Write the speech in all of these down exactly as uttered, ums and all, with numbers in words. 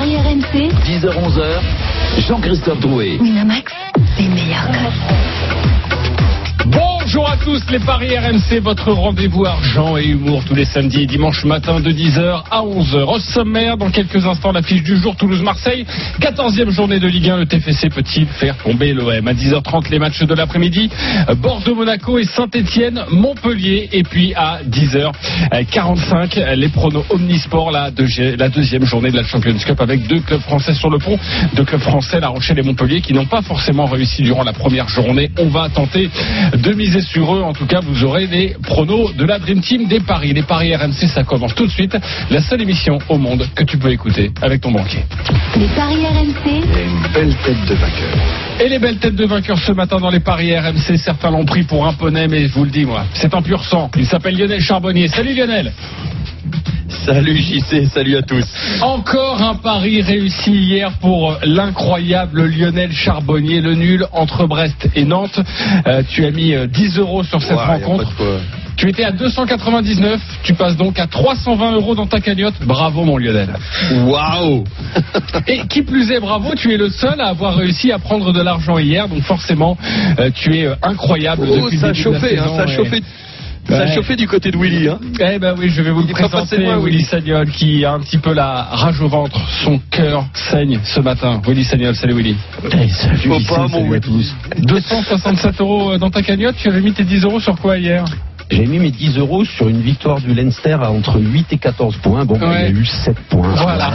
paris R M C. dix heures onze heures, Jean-Christophe Drouet. Winamax, les meilleurs codes. Bonjour à tous les paris R M C, votre rendez-vous argent et humour tous les samedis et dimanches matin de dix heures à onze heures. Au sommaire, dans quelques instants, l'affiche du jour, Toulouse-Marseille, quatorzième journée de Ligue un, le T F C peut-il faire tomber l'O M? À dix heures trente, les matchs de l'après-midi, Bordeaux-Monaco et Saint-Etienne-Montpellier. Et puis à dix heures quarante-cinq, les pronos Omnisport, la, deuxi- la deuxième journée de la Champions Cup avec deux clubs français sur le pont, deux clubs français, La Rochelle et Montpellier, qui n'ont pas forcément réussi durant la première journée. On va tenter de miser sur eux. En tout cas, vous aurez les pronos de la Dream Team des paris. Les paris R M C, ça commence tout de suite. La seule émission au monde que tu peux écouter avec ton banquier. Les paris R M C. Il y a une belle tête de vainqueur. Et les belles têtes de vainqueurs ce matin dans les paris R M C, certains l'ont pris pour un poney, mais je vous le dis moi, c'est un pur sang. Il s'appelle Lionel Charbonnier. Salut Lionel. Salut J C, salut à tous. Encore un pari réussi hier pour l'incroyable Lionel Charbonnier, le nul entre Brest et Nantes. Euh, tu as mis dix euros sur cette Ouais, rencontre. Tu étais à deux cent quatre-vingt-dix-neuf, tu passes donc à trois cent vingt euros dans ta cagnotte. Bravo mon Lionel. Waouh. Et qui plus est, bravo, tu es le seul à avoir réussi à prendre de l'argent hier, donc forcément euh, tu es euh, incroyable. Oh, depuis ça le a début de la chauffé, hein, saison, ça a et... chauffé. Ça a Ouais. chauffé du côté de Willy. Hein. Eh ben oui, je vais vous Il le est pas passé présenter, loin, Willy Willy. Sagnol, qui a un petit peu la rage au ventre. Son cœur saigne ce matin. Willy Sagnol, salut Willy. Hey, salut, Faut J C, pas, mon salut à Willy. tous. deux cent soixante-sept euros dans ta cagnotte, tu avais mis tes dix euros sur quoi hier? J'ai mis mes dix euros sur une victoire du Leinster à entre huit et quatorze points. Bon, bah, Ouais. il y a eu sept points. Voilà.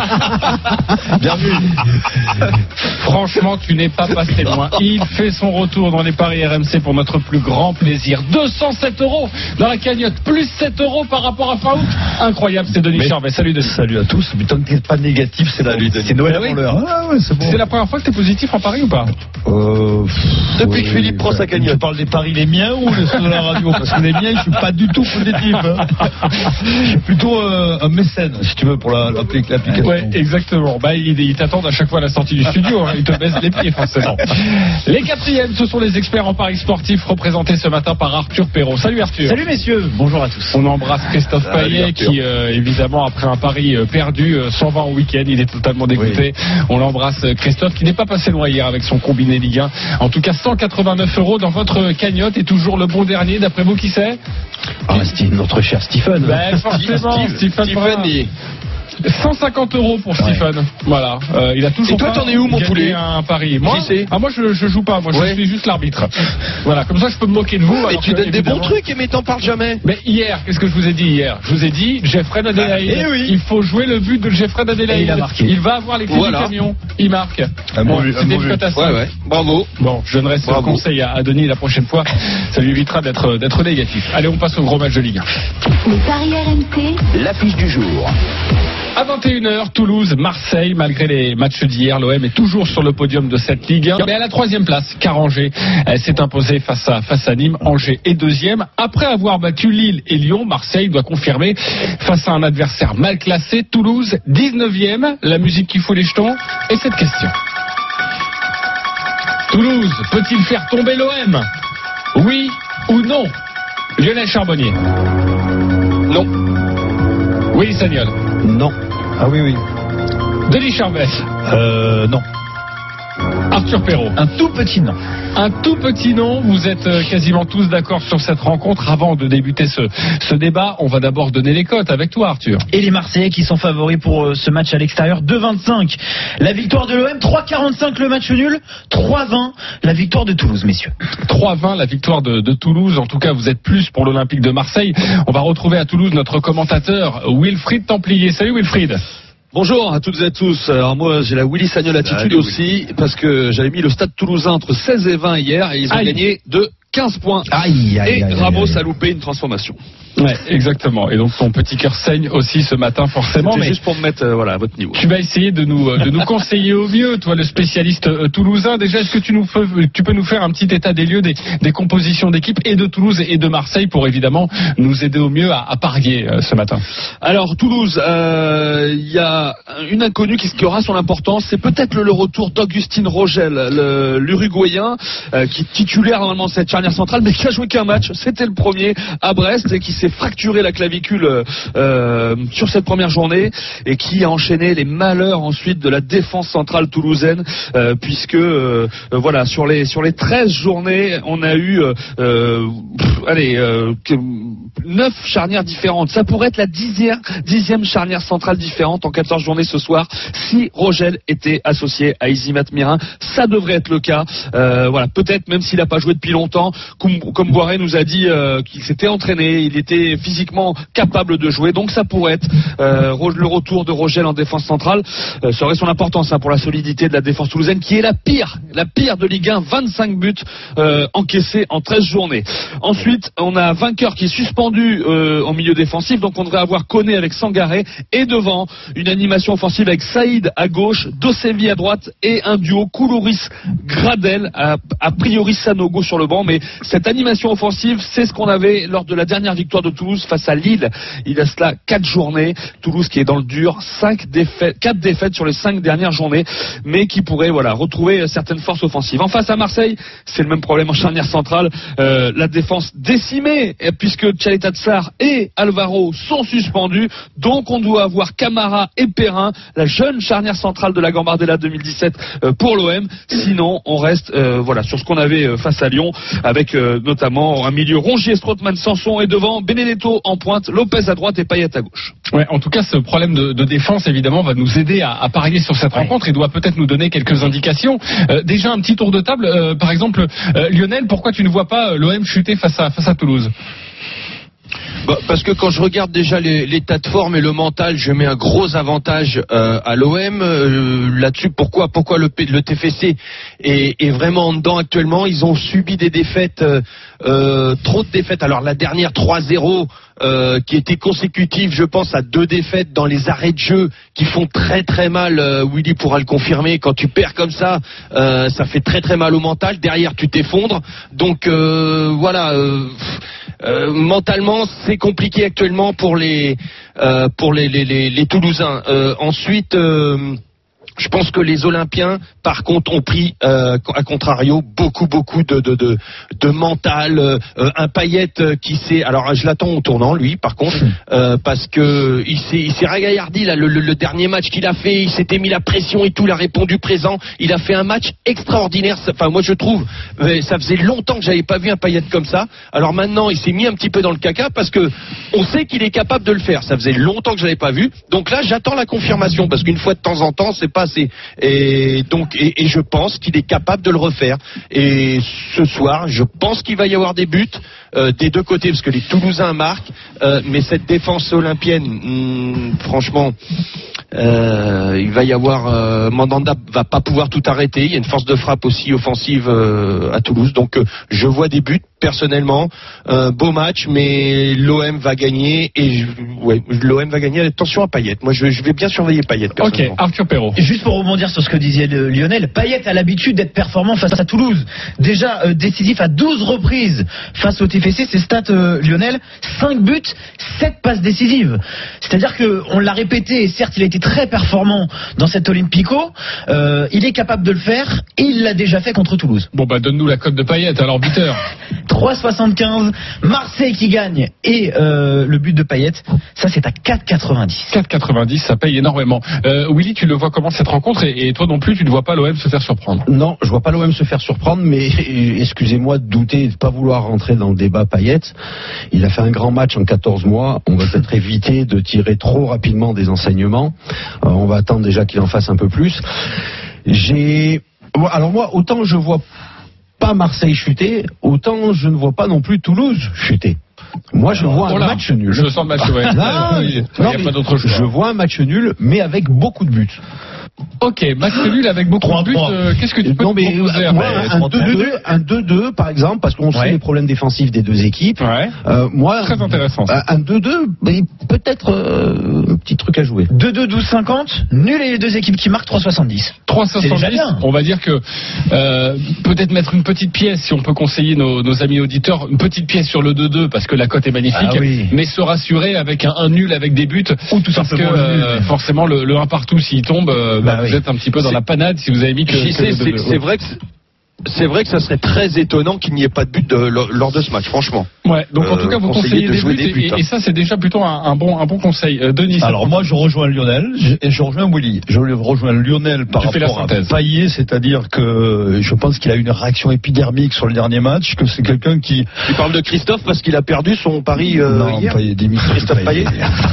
Bien vu. Franchement, tu n'es pas passé loin. Il fait son retour dans les paris R M C pour notre plus grand plaisir. deux cent sept euros dans la cagnotte, plus sept euros par rapport à fin août. Incroyable, c'est Denis Mais- Charvet. Salut Denis. Salut à tous, mais tant que t'es pas négatif, c'est Salut, bon. Denis. C'est Noël Ah oui. avant l'heure. Ah ouais, c'est bon. C'est la première fois que tu es positif en paris ou pas? Euh, Depuis oui, que Philippe prend sa Tu cagnotte. parles des paris les miens ou les ceux de la radio? Parce que les miens, je suis pas du tout positif. Hein. Je suis plutôt euh, un mécène, si tu veux, pour la, l'appli- l'application. Ouais, exactement. Bah, ils, ils t'attendent à chaque fois à la sortie du studio. Hein. Ils te baissent les pieds, forcément. Les quatrièmes, ce sont les experts en paris sportifs représentés ce matin par Arthur Perrault. Salut Arthur. Salut messieurs, bonjour à tous. On embrasse Christophe Salut, Payet Arthur. qui, euh, évidemment, après un pari euh, perdu, euh, s'en va en week-end. Il est totalement dégoûté. On l'embrasse, euh, Christophe, qui n'est pas passé loin hier avec son combiné Ligue un. En tout cas, cent quatre-vingt-neuf euros dans votre cagnotte et toujours le bon dernier. D'après vous, qui c'est? Ah, Steve, notre cher Stephen. Ben, forcément, Steve, Stephen Stephen, Brun. il- cent cinquante euros pour Stephen. Voilà. Euh, il a toujours Et toi, pas t'en es où, mon gagné poulet un pari. Moi, Qui c'est ah, moi je, je joue pas. Moi, je Ouais. suis juste l'arbitre. Voilà. Comme ça, je peux me moquer de vous. Mais alors tu que, donnes des bons évidemment- trucs, mais t'en parles jamais. Mais hier, qu'est-ce que je vous ai dit hier? Je vous ai dit, Jeffrey Adelaide. eh oui. Il faut jouer le but de Jeffrey Adelaide. Et il a marqué. Il va avoir les clés Voilà. du camion. Il marque. Un Bon, bon but, un c'était bon une but. cote à cinq. Ouais, ouais. Bravo. Bon, je donnerai ce Bravo. conseil à, à Denis la prochaine fois. Ça lui évitera d'être, d'être négatif. Allez, on passe au gros match de Ligue un. Les paris R M C. L'affiche du jour. À vingt et une heures, Toulouse, Marseille, malgré les matchs d'hier, l'O M est toujours sur le podium de cette Ligue un. Mais à la troisième place, car Angers euh, s'est imposé face à, face à Nîmes. Angers est deuxième. Après avoir battu Lille et Lyon, Marseille doit confirmer face à un adversaire mal classé. Toulouse, dix-neuvième. La musique qui fout les jetons. Et cette question. Toulouse peut-il faire tomber l'O M? Oui ou non? Lionel Charbonnier. Non. Oui, Sagnol. Non. Ah oui, oui. Denis Charvet. Euh, non. Arthur Perrault. Un tout petit nom. Un tout petit nom, vous êtes euh, quasiment tous d'accord sur cette rencontre. Avant de débuter ce, ce débat, on va d'abord donner les cotes avec toi Arthur. Et les Marseillais qui sont favoris pour euh, ce match à l'extérieur, deux vingt-cinq. La victoire de l'O M, trois quarante-cinq le match nul, trois vingt la victoire de Toulouse, messieurs. trois vingt la victoire de, de Toulouse. En tout cas, vous êtes plus pour l'Olympique de Marseille. On va retrouver à Toulouse notre commentateur Wilfried Templier. Salut Wilfried. Bonjour à toutes et à tous. Alors moi j'ai la Willy Sagnol attitude Salut, aussi parce que j'avais mis le Stade Toulousain entre seize et vingt hier et ils ont Aïe. gagné de quinze points. Aïe, aïe, Et aïe, Ramos aïe, aïe. a loupé une transformation. Ouais, exactement. Et donc ton petit cœur saigne aussi ce matin forcément. C'était Mais juste pour me mettre euh, voilà, à votre niveau. tu vas essayer de nous, euh, de nous conseiller au mieux, toi le spécialiste euh, toulousain. Déjà, est-ce que tu, nous fais, tu peux nous faire un petit état des lieux des, des compositions d'équipe et de Toulouse et de Marseille pour évidemment nous aider au mieux à, à parier euh, ce matin? Alors Toulouse, euh, il y a une inconnue qui, qui aura son importance, c'est peut-être le, le retour d'Augustin Rogel, le- l'Uruguayen, euh, qui est titulaire normalement de cette charnière centrale, mais qui a joué qu'un match, c'était le premier à Brest, et qui s'est fracturé la clavicule euh, sur cette première journée et qui a enchaîné les malheurs ensuite de la défense centrale toulousaine, euh, puisque euh, voilà, sur les sur les treize journées, on a eu euh, euh, pff, allez euh, neuf charnières différentes. Ça pourrait être la dixième, dixième charnière centrale différente en quatorze journées ce soir si Rogel était associé à Isimat Mirin. Ça devrait être le cas. Euh, voilà, peut-être même s'il n'a pas joué depuis longtemps, comme, comme Boiré nous a dit euh, qu'il s'était entraîné, il était physiquement capable de jouer. Donc ça pourrait être euh, le retour de Rogel en défense centrale. Euh, ça aurait son importance hein, pour la solidité de la défense toulousaine, qui est la pire, la pire de Ligue un. vingt-cinq buts euh, encaissés en treize journées. Ensuite, on a un vainqueur qui est suspendu euh, en milieu défensif, donc on devrait avoir Koné avec Sangaré, et devant une animation offensive avec Saïd à gauche, Dosevi à droite et un duo Koulouris-Gradel, a, a priori Sanogo sur le banc. Mais cette animation offensive, c'est ce qu'on avait lors de la dernière victoire de Toulouse face à Lille. Il y a cela quatre journées. Toulouse qui est dans le dur, cinq défaites, quatre défaites sur les cinq dernières journées, mais qui pourrait voilà retrouver certaines forces offensives. En face à Marseille, c'est le même problème en charnière centrale. Euh, la défense décimée, puisque Tchaleta Tsar et Alvaro sont suspendus. Donc on doit avoir Camara et Perrin, la jeune charnière centrale de la Gambardella deux mille dix-sept euh, pour l'O M. Sinon, on reste euh, voilà sur ce qu'on avait euh, face à Lyon, avec euh, notamment un milieu Rongier, Strootman, Sanson, et devant Benedetto en pointe, Lopez à droite et Payet à gauche. Ouais, en tout cas, ce problème de, de défense, évidemment, va nous aider à, à parier sur cette ouais. rencontre et doit peut-être nous donner quelques indications. Euh, déjà, un petit tour de table. Euh, par exemple, euh, Lionel, pourquoi tu ne vois pas l'O M chuter face à, face à Toulouse ? Bah, parce que quand je regarde déjà les, l'état de forme et le mental, je mets un gros avantage euh, à l'O M euh, là-dessus. Pourquoi Pourquoi le, le T F C est, est vraiment en dedans actuellement. Ils ont subi des défaites, euh, euh, trop de défaites. Alors la dernière trois zéro euh, qui était consécutive, je pense, à deux défaites dans les arrêts de jeu qui font très très mal. euh, Willy pourra le confirmer. Quand tu perds comme ça, euh, ça fait très très mal au mental. Derrière, tu t'effondres. Donc euh, voilà. Euh, Euh, mentalement, c'est compliqué actuellement pour les euh, pour les les, les, les Toulousains. Euh, ensuite, euh, je pense que les Olympiens, par contre, ont pris euh, à contrario beaucoup beaucoup de de de, de mental. Euh, un Payet qui s'est, alors je l'attends au tournant lui, par contre, euh, parce que il s'est il s'est ragaillardi là le, le, le dernier match qu'il a fait, il s'était mis la pression et tout, il a répondu présent, il a fait un match extraordinaire. Enfin moi je trouve, euh, ça faisait longtemps que j'avais pas vu un Payet comme ça. Alors maintenant il s'est mis un petit peu dans le caca parce que on sait qu'il est capable de le faire. Ça faisait longtemps que je l'avais pas vu. Donc là j'attends la confirmation parce qu'une fois de temps en temps c'est pas assez. Et donc et, et je pense qu'il est capable de le refaire. Et ce soir je pense qu'il va y avoir des buts euh, des deux côtés parce que les Toulousains marquent, euh, mais cette défense olympienne, hmm, franchement, euh, il va y avoir euh, Mandanda va pas pouvoir tout arrêter. Il y a une force de frappe aussi offensive euh, à Toulouse. Donc euh, je vois des buts personnellement. Euh, beau match, mais l'O M va gagner et je, ouais, l'O M va gagner. Attention à Payet. Moi je, je vais bien surveiller Payet personnellement. Ok, Arthur Perrault. Juste pour rebondir sur ce que disait le Lionel, Payet a l'habitude d'être performant face à Toulouse. Déjà euh, décisif à douze reprises face au T F C, ses stats euh, Lionel, cinq buts, sept passes décisives. C'est-à-dire que on l'a répété, et certes il a été très performant dans cet Olympico, euh, il est capable de le faire et il l'a déjà fait contre Toulouse. Bon bah donne-nous la cote de Payet alors buteur. trois virgule soixante-quinze, Marseille qui gagne et euh, le but de Payet, ça c'est à quatre virgule quatre-vingt-dix. quatre virgule quatre-vingt-dix, ça paye énormément. Euh, Willy, tu le vois comment cette rencontre et, et toi non plus tu ne vois pas l'O M se faire surprendre? Non, je vois pas l'O M se faire surprendre, mais excusez-moi de douter et de pas vouloir rentrer dans le débat Payet. Il a fait un grand match en quatorze mois, on va peut-être éviter de tirer trop rapidement des enseignements. Euh, on va attendre déjà qu'il en fasse un peu plus. J'ai alors moi autant je vois pas Marseille chuter, autant je ne vois pas non plus Toulouse chuter. Moi, je vois un voilà. match nul. Je sens le match, ouais. Non, il n'y a pas d'autre choix. Je vois un match nul, mais avec beaucoup de buts. Ok, match nul avec beaucoup de buts. Euh, qu'est-ce que tu peux non, mais, proposer moi, un deux deux, un deux deux, par exemple, parce qu'on ouais. sait les problèmes défensifs des deux équipes. Ouais. Euh, moi, très intéressant. Ça. Un deux deux, mais peut-être euh, un petit truc à jouer. deux deux, douze cinquante, nul et les deux équipes qui marquent trois virgule soixante-dix. trois virgule soixante-dix. On va dire que euh, peut-être mettre une petite pièce, si on peut conseiller nos, nos amis auditeurs, une petite pièce sur le deux deux parce que la cote est magnifique, ah oui. mais se rassurer avec un, un nul avec des buts, ou tout parce simplement que euh, nul. forcément le, le un partout s'il tombe, euh, bah, bah vous oui. êtes un petit peu dans c'est, la panade si vous avez mis que, que c'est, le deux deux. C'est, c'est vrai que c'est... c'est vrai que ça serait très étonnant qu'il n'y ait pas de but de, lors de ce match, franchement. Ouais, donc en Euh, tout cas, vous conseillez conseillez de des jouer buts, des buts, et, hein. et ça, c'est déjà plutôt un, un bon, un bon conseil. Euh, Denis. Alors moi je rejoins Lionel je- et je rejoins Willy. Je rejoins Lionel par Tu fais la rapport à synthèse. Payet, c'est-à-dire que je pense qu'il a une réaction épidermique sur le dernier match, que c'est quelqu'un qui... Tu parles de Christophe parce qu'il a perdu son pari euh, non, hier. Payet, Dimitri Christophe Payet.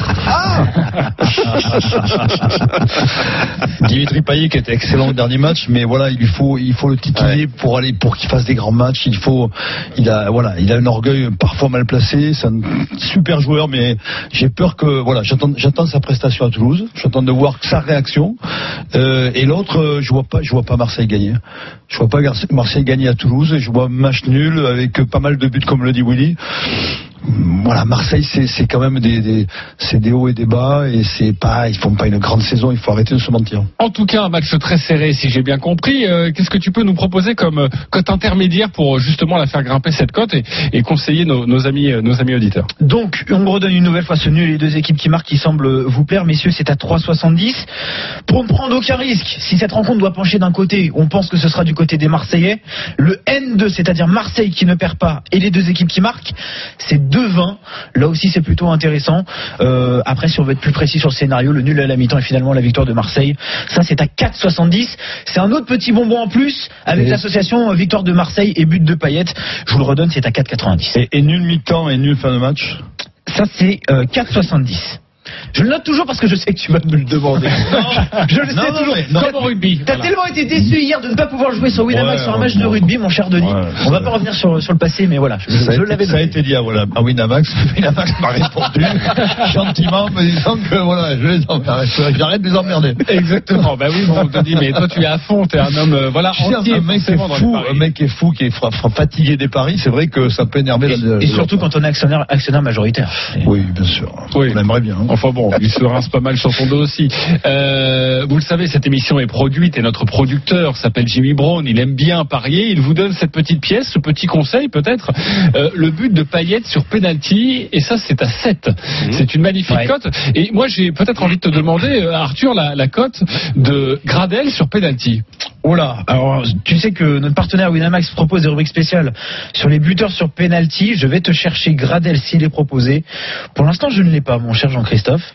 Dimitri Payet qui était excellent au dernier match, mais voilà, il lui faut, il faut le titiller pour aller, pour qu'il fasse des grands matchs. Il faut, il a, voilà, il a un orgueil parfois mal placé. C'est un super joueur, mais j'ai peur que, voilà, j'attends, j'attends sa prestation à Toulouse. J'attends de voir sa réaction. Euh, et l'autre, euh, je vois pas, je vois pas Marseille gagner. Je vois pas Gar- Marseille gagner à Toulouse. Je vois un match nul avec pas mal de buts, comme le dit Willy. Voilà, Marseille, c'est, c'est quand même des, des, c'est des hauts et des bas, et c'est pas, ils font pas une grande saison. Il faut arrêter de se mentir. En tout cas, un match très serré, si j'ai bien compris. Euh, qu'est-ce que tu peux nous proposer comme euh, cote intermédiaire pour euh, justement la faire grimper cette cote et, et conseiller nos, nos amis, euh, nos amis auditeurs? Donc, on redonne une nouvelle fois ce nul et les deux équipes qui marquent qui semblent vous plaire. Messieurs, c'est à trois soixante-dix. Pour ne prendre aucun risque, si cette rencontre doit pencher d'un côté, on pense que ce sera du côté des Marseillais. Le N deux, c'est-à-dire Marseille qui ne perd pas et les deux équipes qui marquent, c'est deux vingt. Là aussi, c'est plutôt intéressant. Euh, après, si on veut être plus précis sur le scénario, le nul à la mi-temps et finalement la victoire de Marseille, ça c'est à quatre soixante-dix. C'est un autre petit bonbon en plus avec Et- l'association victoire de Marseille et but de Payet. Je vous le redonne, c'est à quatre quatre-vingt-dix. Et, et nul mi-temps et nul fin de match. Ça, c'est euh, quatre soixante-dix. Je le note toujours parce que je sais que tu vas me le demander. Je le sais Non, non, toujours. mais- non. Comme au rugby. T'as Voilà. tellement été déçu hier de ne pas pouvoir jouer sur Winamax Ouais, sur un match ouais, de ouais. rugby, mon cher Denis. Ouais, On va c'est- pas revenir sur, sur le passé, mais voilà, je, Ça a, je été, l'avais ça a noté. été dit à, voilà, à Winamax. Winamax m'a répondu gentiment, me disant que voilà, je les emmerde, j'arrête de les emmerder. Exactement. Bah oui, bon, Denis, mais toi, tu es à fond. T'es un homme, euh, voilà, Tu sais, entier. un mec qui forcément, est dans les fou, paris. un mec qui est fou, qui est fra- fra- fatigué des paris, c'est vrai que ça peut énerver la. Et, et surtout quand on est actionnaire, actionnaire majoritaire. Oui, bien sûr. Oui. On aimerait bien. hein. Enfin bon, il se rince pas mal sur son dos aussi. Euh, vous le savez, cette émission est produite et notre producteur s'appelle Jimmy Brown. Il aime bien parier. Il vous donne cette petite pièce, ce petit conseil peut-être. Euh, le but de Payet sur penalty, et ça c'est à sept. C'est une magnifique Ouais. cote. Et moi j'ai peut-être envie de te demander, euh, Arthur, la, la cote de Gradel sur penalty. Oh là, alors tu sais que notre partenaire Winamax propose des rubriques spéciales sur les buteurs sur penalty. Je vais te chercher Gradel s'il est proposé. Pour l'instant, je ne l'ai pas, mon cher Jean-Christophe.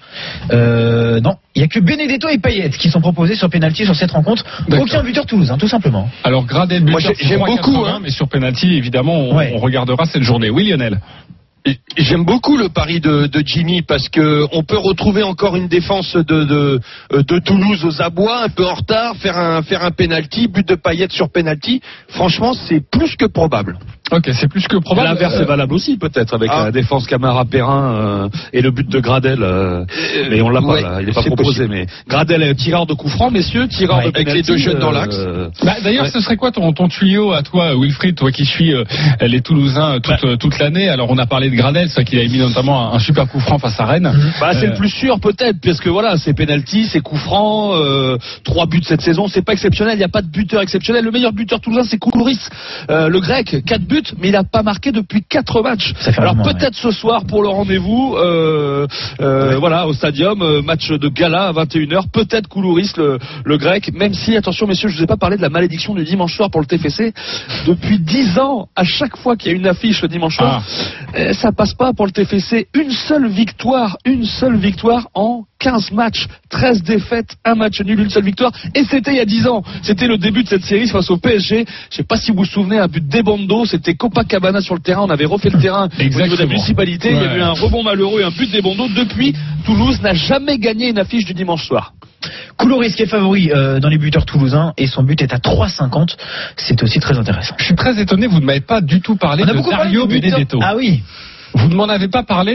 Euh, non, il n'y a que Benedetto et Payet qui sont proposés sur penalty sur cette rencontre. D'accord. Aucun buteur toulousain, tout simplement. Alors Gradel Moi, buteur j'ai- j'aime trois beaucoup, quatre-vingts, hein. mais sur penalty évidemment on, Ouais. on regardera cette journée. Oui, Lionel. Et J'aime beaucoup le pari de, de Jimmy parce que on peut retrouver encore une défense de, de, de Toulouse aux abois, un peu en retard, faire un, faire un penalty, but de Payet sur penalty. Franchement, c'est plus que probable. Ok, c'est plus que probable. L'inverse Euh, est valable aussi, peut-être, avec Ah. la défense Camara-Perrin euh, et le but de Gradel. euh, mais on l'a pas, ouais, là. Il n'est pas c'est proposé. possible. Mais Gradel est tireur de coup franc, messieurs, tireur Ouais, de avec penalty, les deux jeunes dans l'axe. euh, Bah, d'ailleurs, Ouais. ce serait quoi ton, ton tuyau à toi, Wilfried, toi qui suis euh, les Toulousains euh, toute, euh, toute l'année? Alors, on a parlé de Gradel, c'est vrai qu'il a mis notamment un, un super coup franc face à Rennes. Bah, c'est Euh, le plus sûr peut-être, parce que voilà, c'est penalty, c'est coup franc, euh, trois buts cette saison, c'est pas exceptionnel, il n'y a pas de buteur exceptionnel. Le meilleur buteur toulousain, c'est Koulouris, euh, le grec, quatre buts, mais il n'a pas marqué depuis quatre matchs. Ça fait Alors rarement, peut-être ce soir pour le rendez-vous, euh, euh, voilà, au stadium, euh, match de gala à vingt et une heures, peut-être Koulouris, le, le grec, même si, attention messieurs, je ne vous ai pas parlé de la malédiction du dimanche soir pour le T F C. Depuis dix ans, à chaque fois qu'il y a une affiche le dimanche soir, euh, ça passe pas pour le T F C. Une seule victoire, une seule victoire en quinze matchs, treize défaites, un match nul, une seule victoire. Et c'était il y a dix ans. C'était le début de cette série face au P S G. Je sais pas si vous vous souvenez, un but d'Ebondo. C'était Copacabana sur le terrain. On avait refait le terrain au niveau de la Exactement. municipalité. Il y a Ouais. eu un rebond malheureux et un but d'Ebondo. Depuis, Toulouse n'a jamais gagné une affiche du dimanche soir. Koulouris qui est favori euh, dans les buteurs toulousains et son but est à trois cinquante. C'est aussi très intéressant. Je suis très étonné, vous ne m'avez pas du tout parlé On a de beaucoup parlé Dario du buteur. Benedetto. Ah oui. Vous ne m'en avez pas parlé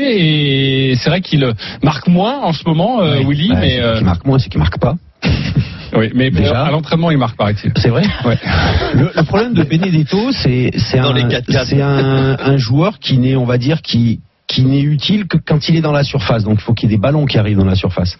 et c'est vrai qu'il euh, marque moins en ce moment, euh, Ouais. Willy, Ouais, mais c'est euh, qui marque moins, c'est qu'il marque pas. oui, mais Déjà. à l'entraînement il marque, paraît-il. C'est vrai. Ouais. Le, le problème de Benedetto, c'est c'est Dans un, les quatre quatre. c'est un, un joueur qui n'est, on va dire, qui qui n'est utile que quand il est dans la surface. Donc il faut qu'il y ait des ballons qui arrivent dans la surface.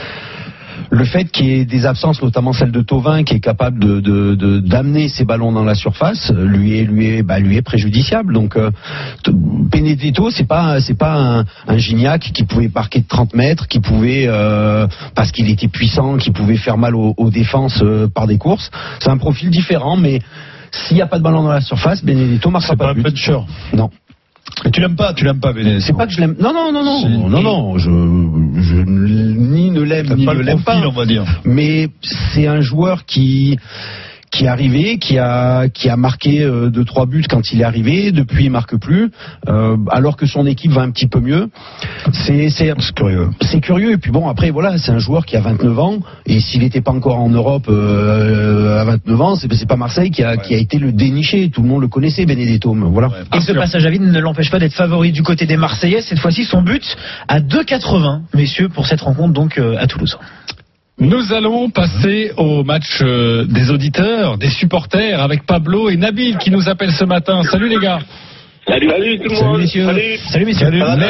Le fait qu'il y ait des absences, notamment celle de Thauvin, qui est capable de, de, de- d'amener ces ballons dans la surface, lui est, lui est, bah, lui est préjudiciable. Donc, euh, t- Benedetto, c'est pas, c'est pas un, un Gignac qui pouvait marquer de trente mètres, qui pouvait, euh, parce qu'il était puissant, qui pouvait faire mal aux, aux défenses euh, par des courses. C'est un profil différent, mais S'il n'y a pas de ballon dans la surface, Benedetto marquera C'est pas pas de un but. puncher. Non. Mais tu l'aimes pas, tu l'aimes pas, Benedetto. C'est pas que je l'aime. Non, non, non, non, C'est- non, non. Je, je ni ne l'aime T'as ni pas ne le l'aime profil, pas. on va dire. Mais c'est un joueur qui qui est arrivé, qui a qui a marqué euh, deux trois buts quand il est arrivé. Depuis, il marque plus, euh, alors que son équipe va un petit peu mieux. C'est c'est C'est curieux. c'est curieux. Et puis bon, après voilà, c'est un joueur qui a vingt-neuf ans. Et s'il n'était pas encore en Europe euh, à vingt-neuf ans, c'est c'est pas Marseille qui a Ouais. qui a été le déniché. Tout le monde le connaissait, Benedetto. mais Voilà. Et ce passage à vide ne l'empêche pas d'être favori du côté des Marseillais. Cette fois-ci, son but à deux quatre-vingts, messieurs, pour cette rencontre donc euh, à Toulouse. Nous allons passer au match euh, des auditeurs, des supporters, avec Pablo et Nabil qui nous appellent ce matin. Salut les gars. Salut, salut tout le Salut monde. messieurs. Salut. Salut messieurs.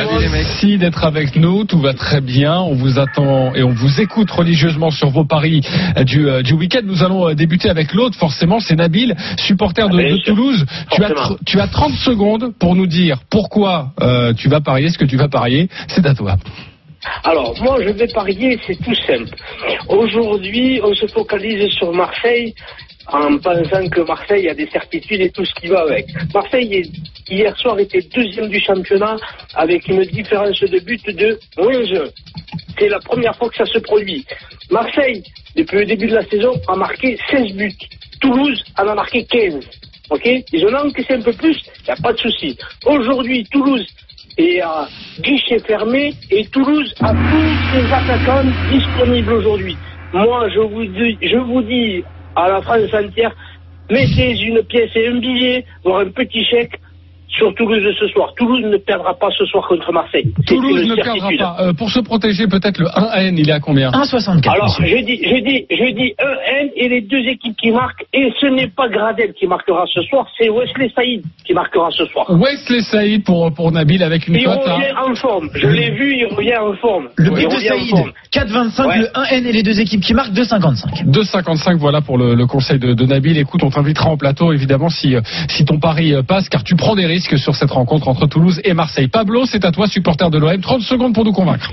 Merci d'être avec nous, tout va très bien. On vous attend et on vous écoute religieusement sur vos paris euh, du, euh, du week-end. Nous allons euh, débuter avec l'autre, forcément, c'est Nabil, supporter de, Ah, bien de sûr. Toulouse. Tu as, Forcément. tr- tu as trente secondes pour nous dire pourquoi euh, tu vas parier ce que tu vas parier. C'est à toi. Alors, moi, je vais parier, c'est tout simple. Aujourd'hui, on se focalise sur Marseille en pensant que Marseille a des certitudes et tout ce qui va avec. Marseille, est- hier soir, était deuxième du championnat avec une différence de but de moins un. C'est la première fois que ça se produit. Marseille, depuis le début de la saison, a marqué seize buts. Toulouse en a marqué quinze. Ok? Ils en ont encaissé un peu plus, il n'y a pas de souci. Aujourd'hui, Toulouse est à guichet fermé et Toulouse a tous ses attaquants disponibles aujourd'hui. Moi, je vous dis, je vous dis à la France entière, mettez une pièce et un billet, voire un petit chèque sur Toulouse de ce soir. Toulouse ne perdra pas ce soir contre Marseille. C'est Toulouse une ne perdra certitude. pas. Euh, pour se protéger, peut-être le un N, il est à combien? un soixante-quatre. Alors, messieurs. je dis, je dis, je dis un N et les deux équipes qui marquent, et ce n'est pas Gradel qui marquera ce soir, c'est Wesley Saïd qui marquera ce soir. Wesley Saïd pour, pour Nabil avec une Il cote à... revient en forme. Je l'ai vu, il revient en forme. Le il but de revient en Saïd, forme. quatre vingt-cinq, Ouais. le un N et les deux équipes qui marquent deux cinquante-cinq. deux cinquante-cinq, voilà pour le, le conseil de, de Nabil. Écoute, on t'invitera en plateau évidemment si, euh, si ton pari euh, passe, car tu prends des risques sur cette rencontre entre Toulouse et Marseille. Pablo, c'est à toi, supporter de l'O M. trente secondes pour nous convaincre.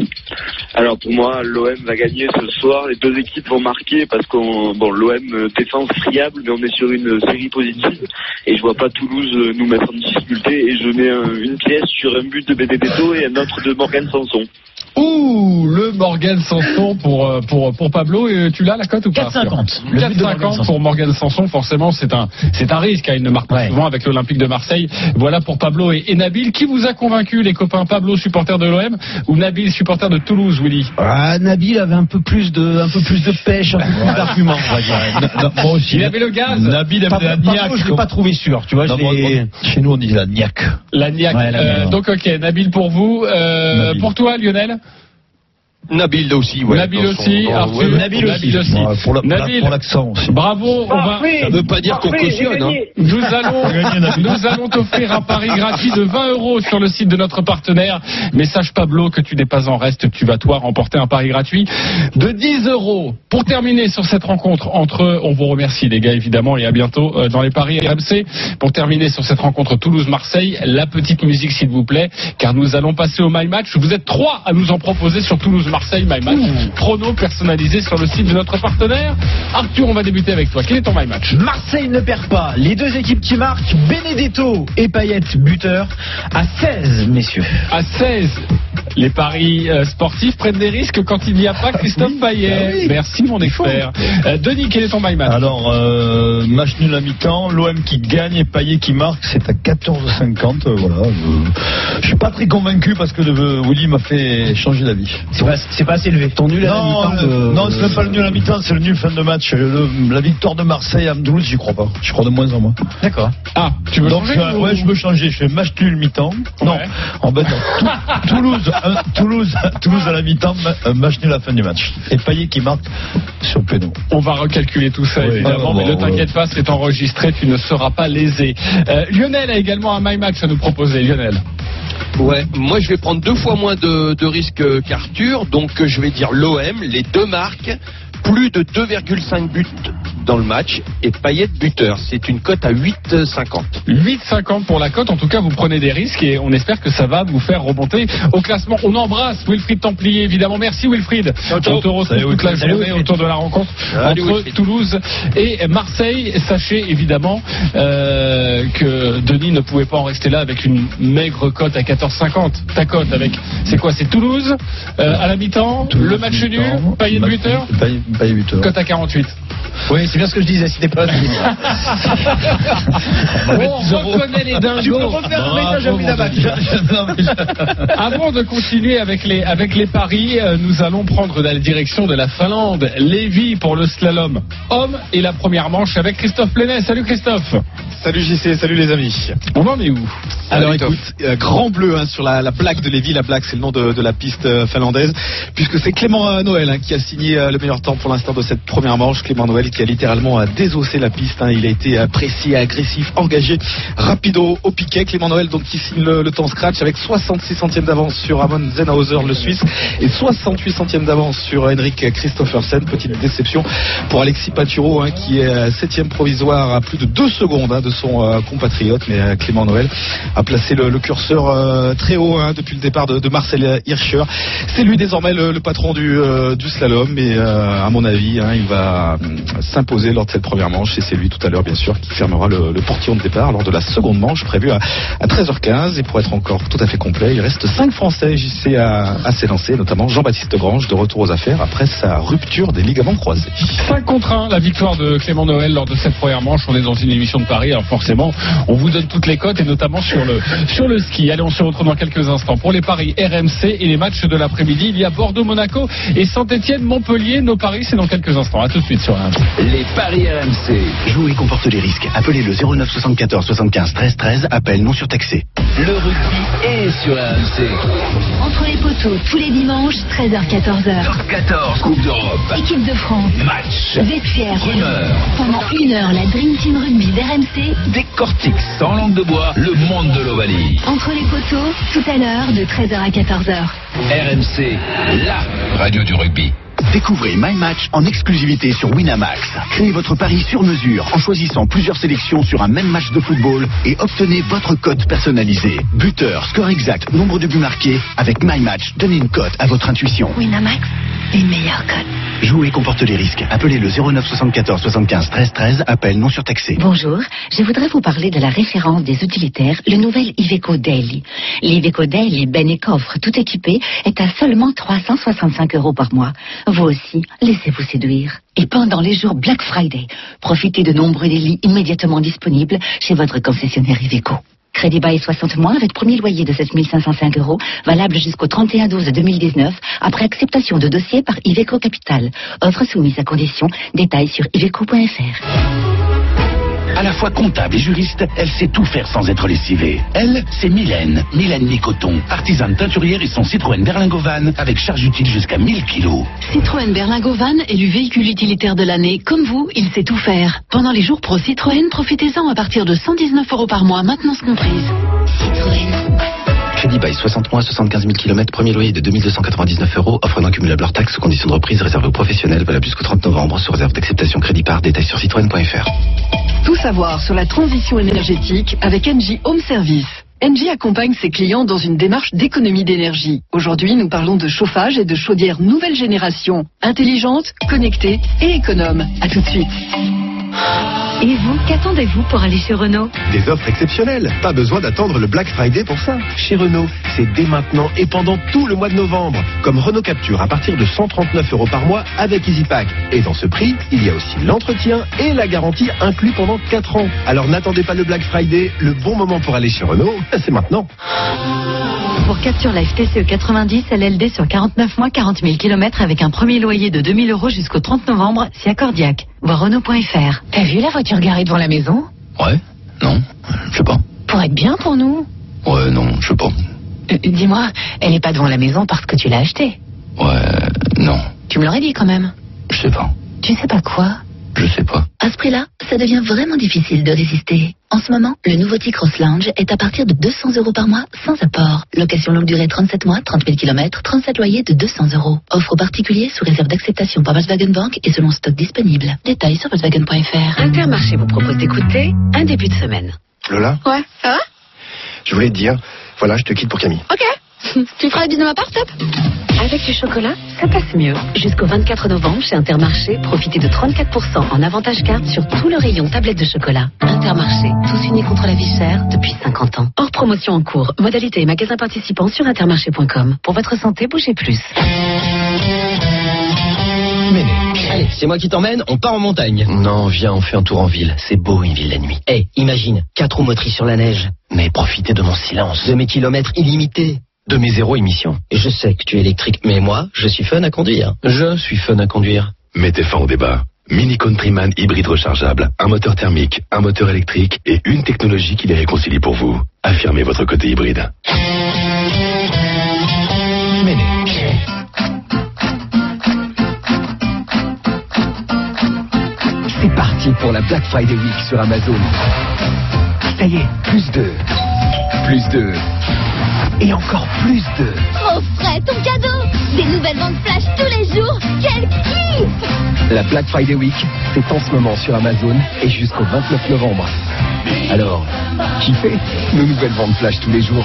Alors pour moi, l'O M va gagner ce soir. Les deux équipes vont marquer parce qu'on, bon, l'O M euh, défense friable, mais on est sur une série positive et je vois pas Toulouse euh, nous mettre en difficulté. Et je mets un- une pièce sur un but de Benedetto et un autre de Morgan Sanson. Ouh, le Morgan Sanson pour, euh, pour, pour Pablo. Et tu l'as la cote ou pas? quatre cinquante. Le but quatre de Morgan cinquante Sanson. pour Morgan Sanson. Forcément, c'est un, c'est un risque. Hein, il ne marque pas Ouais. souvent avec l'Olympique de Marseille. Voilà pour Pablo et, et Nabil. Qui vous a convaincu, les copains? Pablo, supporter de l'O M, ou Nabil, supporter de Toulouse, Willy? Ah, Nabil avait un peu plus de un peu plus de pêche, un peu plus d'arguments, on va dire. Non, moi aussi. Il avait le gaz. Nabil avait la Pablo, niaque. je l'ai pas trouvé sûr, tu vois. Non, je moi, l'ai- moi, chez nous, on dit la niaque. La niaque. Ouais, la Euh, niaque. donc ok, Nabil pour vous. Euh, Nabil. pour toi, Lionel? Nabil aussi, ouais. Nabil dans son- aussi, dans- Arthur. ouais, ouais. Nabil aussi. aussi. Ouais, pour la- pour la- Nabil. pour l'accent aussi. Bravo, on va. Parfait. Ça veut pas dire qu'on Parfait, cautionne, j'ai hein. gagné. Nous allons, Gagné, Nabil. nous allons t'offrir un pari gratuit de vingt euros sur le site de notre partenaire. Mais sache, Pablo, que tu n'es pas en reste. Tu vas, toi, remporter un pari gratuit de dix euros. Pour terminer sur cette rencontre entre, on vous remercie, les gars, évidemment, et à bientôt euh, dans les paris R M C. Pour terminer sur cette rencontre Toulouse-Marseille, la petite musique, s'il vous plaît, car nous allons passer au My Match. Vous êtes trois à nous en proposer sur Toulouse-Marseille, My Match. Prono personnalisé sur le site de notre partenaire. Arthur, on va débuter avec toi. Quel est ton My Match? Marseille ne perd pas. Les deux équipes qui marquent, Benedetto et Payet, buteur, à seize, messieurs. À seize, les paris euh, sportifs prennent des risques quand il n'y a pas Christophe Payet. Merci mon expert. Euh, Denis, quel est ton My Match? Alors, euh, match nul à mi-temps, l'O M qui gagne et Payet qui marque, c'est à quatorze cinquante. euh, Voilà. Je, je suis pas très convaincu parce que euh, Willy m'a fait changer d'avis. C'est pas, c'est pas assez élevé. Ton nul à la Non, mi-temps le- de- non, c'est même pas le nul à mi-temps, c'est le nul fin de match. Le- la victoire de Marseille à Toulouse, j'y crois pas. Je crois de moins en moins. D'accord. Ah, tu veux Donc, changer je, ou- ouais, je veux changer. Je fais match nul mi-temps. Non, Ouais. en fait, non. Tou- Toulouse, un- Toulouse, Toulouse à la mi-temps, ma- un match nul à la fin du match. Et Payet qui marque sur péno. On va recalculer tout ça, Oui. évidemment, Ah, mais bon, ne t'inquiète pas, c'est enregistré, tu ne seras pas lésé. Euh, Lionel a également un My Match à nous proposer. Lionel. Ouais, moi je vais prendre deux fois moins de, de risques qu'Arthur, donc euh, je vais dire l'O M, les deux marques, plus de deux virgule cinq buts dans le match et Payet buteur. C'est une cote à huit virgule cinquante. huit virgule cinquante pour la cote. En tout cas, vous prenez des risques et on espère que ça va vous faire remonter au classement. On embrasse Wilfried Templier, évidemment. Merci Wilfried. Ciao, ciao. On te retrouve toute la journée autour de la rencontre Salut, entre Wilfried. Toulouse et Marseille. Sachez évidemment euh, que Denis ne pouvait pas en rester là avec une maigre cote à quatorze cinquante. Ta cote avec, c'est quoi? C'est Toulouse euh, à la mi-temps, le match nul, Payet buteur, Payet Payet buteur. cote à quarante-huit. Oui, c'est bien ce que je disais, c'était pas. On reconnaît les dingos. Tu peux refaire un message à Winamax. Avant de continuer avec les, avec les paris, euh, nous allons prendre la direction de la Finlande. Lévy pour le slalom homme et la première manche avec Christophe Plenet. Salut Christophe. Salut J C, salut les amis. On en est où? Alors écoute, euh, grand bleu hein, sur la, la plaque de Lévy. La plaque, c'est le nom de, de la piste euh, finlandaise, puisque c'est Clément euh, Noël hein, qui a signé euh, le meilleur temps pour l'instant de cette première manche. Clément Noël qui a littéralement euh, désossé la piste. Hein. Il a été euh, précis, agressif, engagé, rapido au piquet. Clément Noël donc qui signe le, le temps scratch avec soixante-six centièmes d'avance sur Amon Zenhauser, le Suisse, et soixante-huit centièmes d'avance sur euh, Henrik Christophersen. Petite déception pour Alexis Pinturo hein, qui est euh, septième provisoire à plus de deux secondes hein, de son euh, compatriote, mais euh, Clément Noël a placé le, le curseur euh, très haut hein, depuis le départ de, de Marcel Hirscher. C'est lui désormais le, le patron du, euh, du slalom, et euh, à mon avis hein, il va euh, s'imposer lors de cette première manche, et c'est lui tout à l'heure bien sûr qui fermera le, le portillon de départ lors de la seconde manche prévue à, à treize heures quinze. Et pour être encore tout à fait complet, il reste cinq Français J C à, à s'élancer, notamment Jean-Baptiste Grange de retour aux affaires après sa rupture des ligaments croisés. cinq contre un, la victoire de Clément Noël lors de cette première manche. On est dans une émission de paris, alors forcément on vous donne toutes les cotes et notamment sur le, sur le ski. Allez, on se retrouve dans quelques instants pour les paris R M C et les matchs de l'après-midi. Il y a Bordeaux-Monaco et Saint-Étienne-Montpellier. Nos paris, c'est dans quelques instants. A tout de suite sur R M C. Les paris R M C. Jouer comporte les risques. Appelez le zéro neuf soixante-quatorze soixante-quinze treize treize. Appel non surtaxé. Le rugby est sur R M C. Entre les poteaux, tous les dimanches, treize heures quatorze heures. Top quatorze, Coupe d'Europe. Équipe de France. Match. Vestiaire. Rumeur. Pendant une heure, la Dream Team Rugby d'R M C. Décortique sans langue de bois le monde de l'Ovalie. Entre les poteaux, tout à l'heure, de treize heures à quatorze heures. R M C, la radio du rugby. Découvrez My Match en exclusivité sur Winamax. Créez votre pari sur mesure en choisissant plusieurs sélections sur un même match de football et obtenez votre cote personnalisée. Buteur, score exact, nombre de buts marqués. Avec My Match, donnez une cote à votre intuition. Winamax, les meilleures cotes. Jouer comporte les risques. Appelez le zéro neuf soixante-quatorze soixante-quinze treize treize. Appel non surtaxé. Bonjour, je voudrais vous parler de la référence des utilitaires, le nouvel Iveco Daily. L'Iveco Daily Ben et coffre tout équipé est à seulement trois cent soixante-cinq euros par mois. Vous aussi, laissez-vous séduire. Et pendant les jours Black Friday, profitez de nombreux délits immédiatement disponibles chez votre concessionnaire Iveco. Crédit bail soixante mois avec premier loyer de sept mille cinq cent cinq euros, valable jusqu'au trente et un douze deux mille dix-neuf, après acceptation de dossier par Iveco Capital. Offre soumise à condition, détails sur iveco point f r. À la fois comptable et juriste, elle sait tout faire sans être lessivée. Elle, c'est Mylène, Mylène Nicoton, artisane teinturière et son Citroën Berlingo Van avec charge utile jusqu'à mille kilos. Citroën Berlingo Van est le véhicule utilitaire de l'année. Comme vous, il sait tout faire. Pendant les jours pro Citroën, profitez-en à partir de cent dix-neuf euros par mois, maintenance comprise. Citroën. Crédit bail soixante mois, soixante-quinze mille kilomètres, premier loyer de deux mille deux cent quatre-vingt-dix-neuf euros, offre non cumulable hors taxe, conditions de reprise réservées aux professionnels, valable jusqu'au trente novembre, sous réserve d'acceptation crédit par, détails sur citroën point f r. Tout savoir sur la transition énergétique avec Engie Home Service. Engie accompagne ses clients dans une démarche d'économie d'énergie. Aujourd'hui, nous parlons de chauffage et de chaudière nouvelle génération, intelligente, connectée et économe. À tout de suite. Et vous, qu'attendez-vous pour aller chez Renault? Des offres exceptionnelles. Pas besoin d'attendre le Black Friday pour ça. Chez Renault, c'est dès maintenant et pendant tout le mois de novembre. Comme Renault Capture à partir de cent trente-neuf euros par mois avec EasyPack. Et dans ce prix, il y a aussi l'entretien et la garantie inclus pendant quatre ans. Alors n'attendez pas le Black Friday. Le bon moment pour aller chez Renault, c'est maintenant. Pour Capture Life T C E quatre-vingt-dix, L L D sur quarante-neuf mois, quarante mille kilomètres avec un premier loyer de deux mille euros jusqu'au trente novembre, c'est accordiaque. Voir Renault point f r. T'as vu la voiture garée devant la maison? Ouais, non, je sais pas. Pour être bien pour nous. Ouais, non, je sais pas. Euh, dis-moi, elle est pas devant la maison parce que tu l'as achetée? Ouais, non, Tu me l'aurais dit quand même. je sais pas. Tu sais pas quoi? Je sais pas. À ce prix-là, ça devient vraiment difficile de résister. En ce moment, le nouveau T-Cross Lounge est à partir de deux cents euros par mois sans apport. Location longue durée trente-sept mois, trente mille kilomètres, trente-sept loyers de deux cents euros. Offre aux particuliers sous réserve d'acceptation par Volkswagen Bank et selon stock disponible. Détails sur Volkswagen point F R. Intermarché vous propose d'écouter un début de semaine. Lola, Ouais, ça va? je voulais te dire, voilà, je te quitte pour Camille. Ok. Tu feras la bise de ma part, top? Avec du chocolat, ça passe mieux. Jusqu'au vingt-quatre novembre, chez Intermarché, profitez de trente-quatre pour cent en avantage carte sur tout le rayon tablette de chocolat. Intermarché, tous unis contre la vie chère depuis cinquante ans. Hors promotion en cours. Modalité et magasins participants sur intermarché point com. Pour votre santé, bougez plus. Allez, c'est moi qui t'emmène, on part en montagne. Non, viens, on fait un tour en ville. C'est beau une ville la nuit. Eh, hey, imagine, quatre roues motrices sur la neige. Mais profitez de mon silence. De mes kilomètres illimités. De mes zéro émissions. Et je sais que tu es électrique, mais moi, je suis fun à conduire. Je suis fun à conduire. Mettez fin au débat. Mini Countryman hybride rechargeable, un moteur thermique, un moteur électrique et une technologie qui les réconcilie pour vous. Affirmez votre côté hybride. Méné. C'est parti pour la Black Friday Week sur Amazon. Ça y est, plus deux. Plus deux. Et encore plus de... Oh Fred, ton cadeau! Des nouvelles ventes flash tous les jours! Quel kiff! La Black Friday Week, c'est en ce moment sur Amazon et jusqu'au vingt-neuf novembre. Alors, kiffez nos nouvelles ventes flash tous les jours.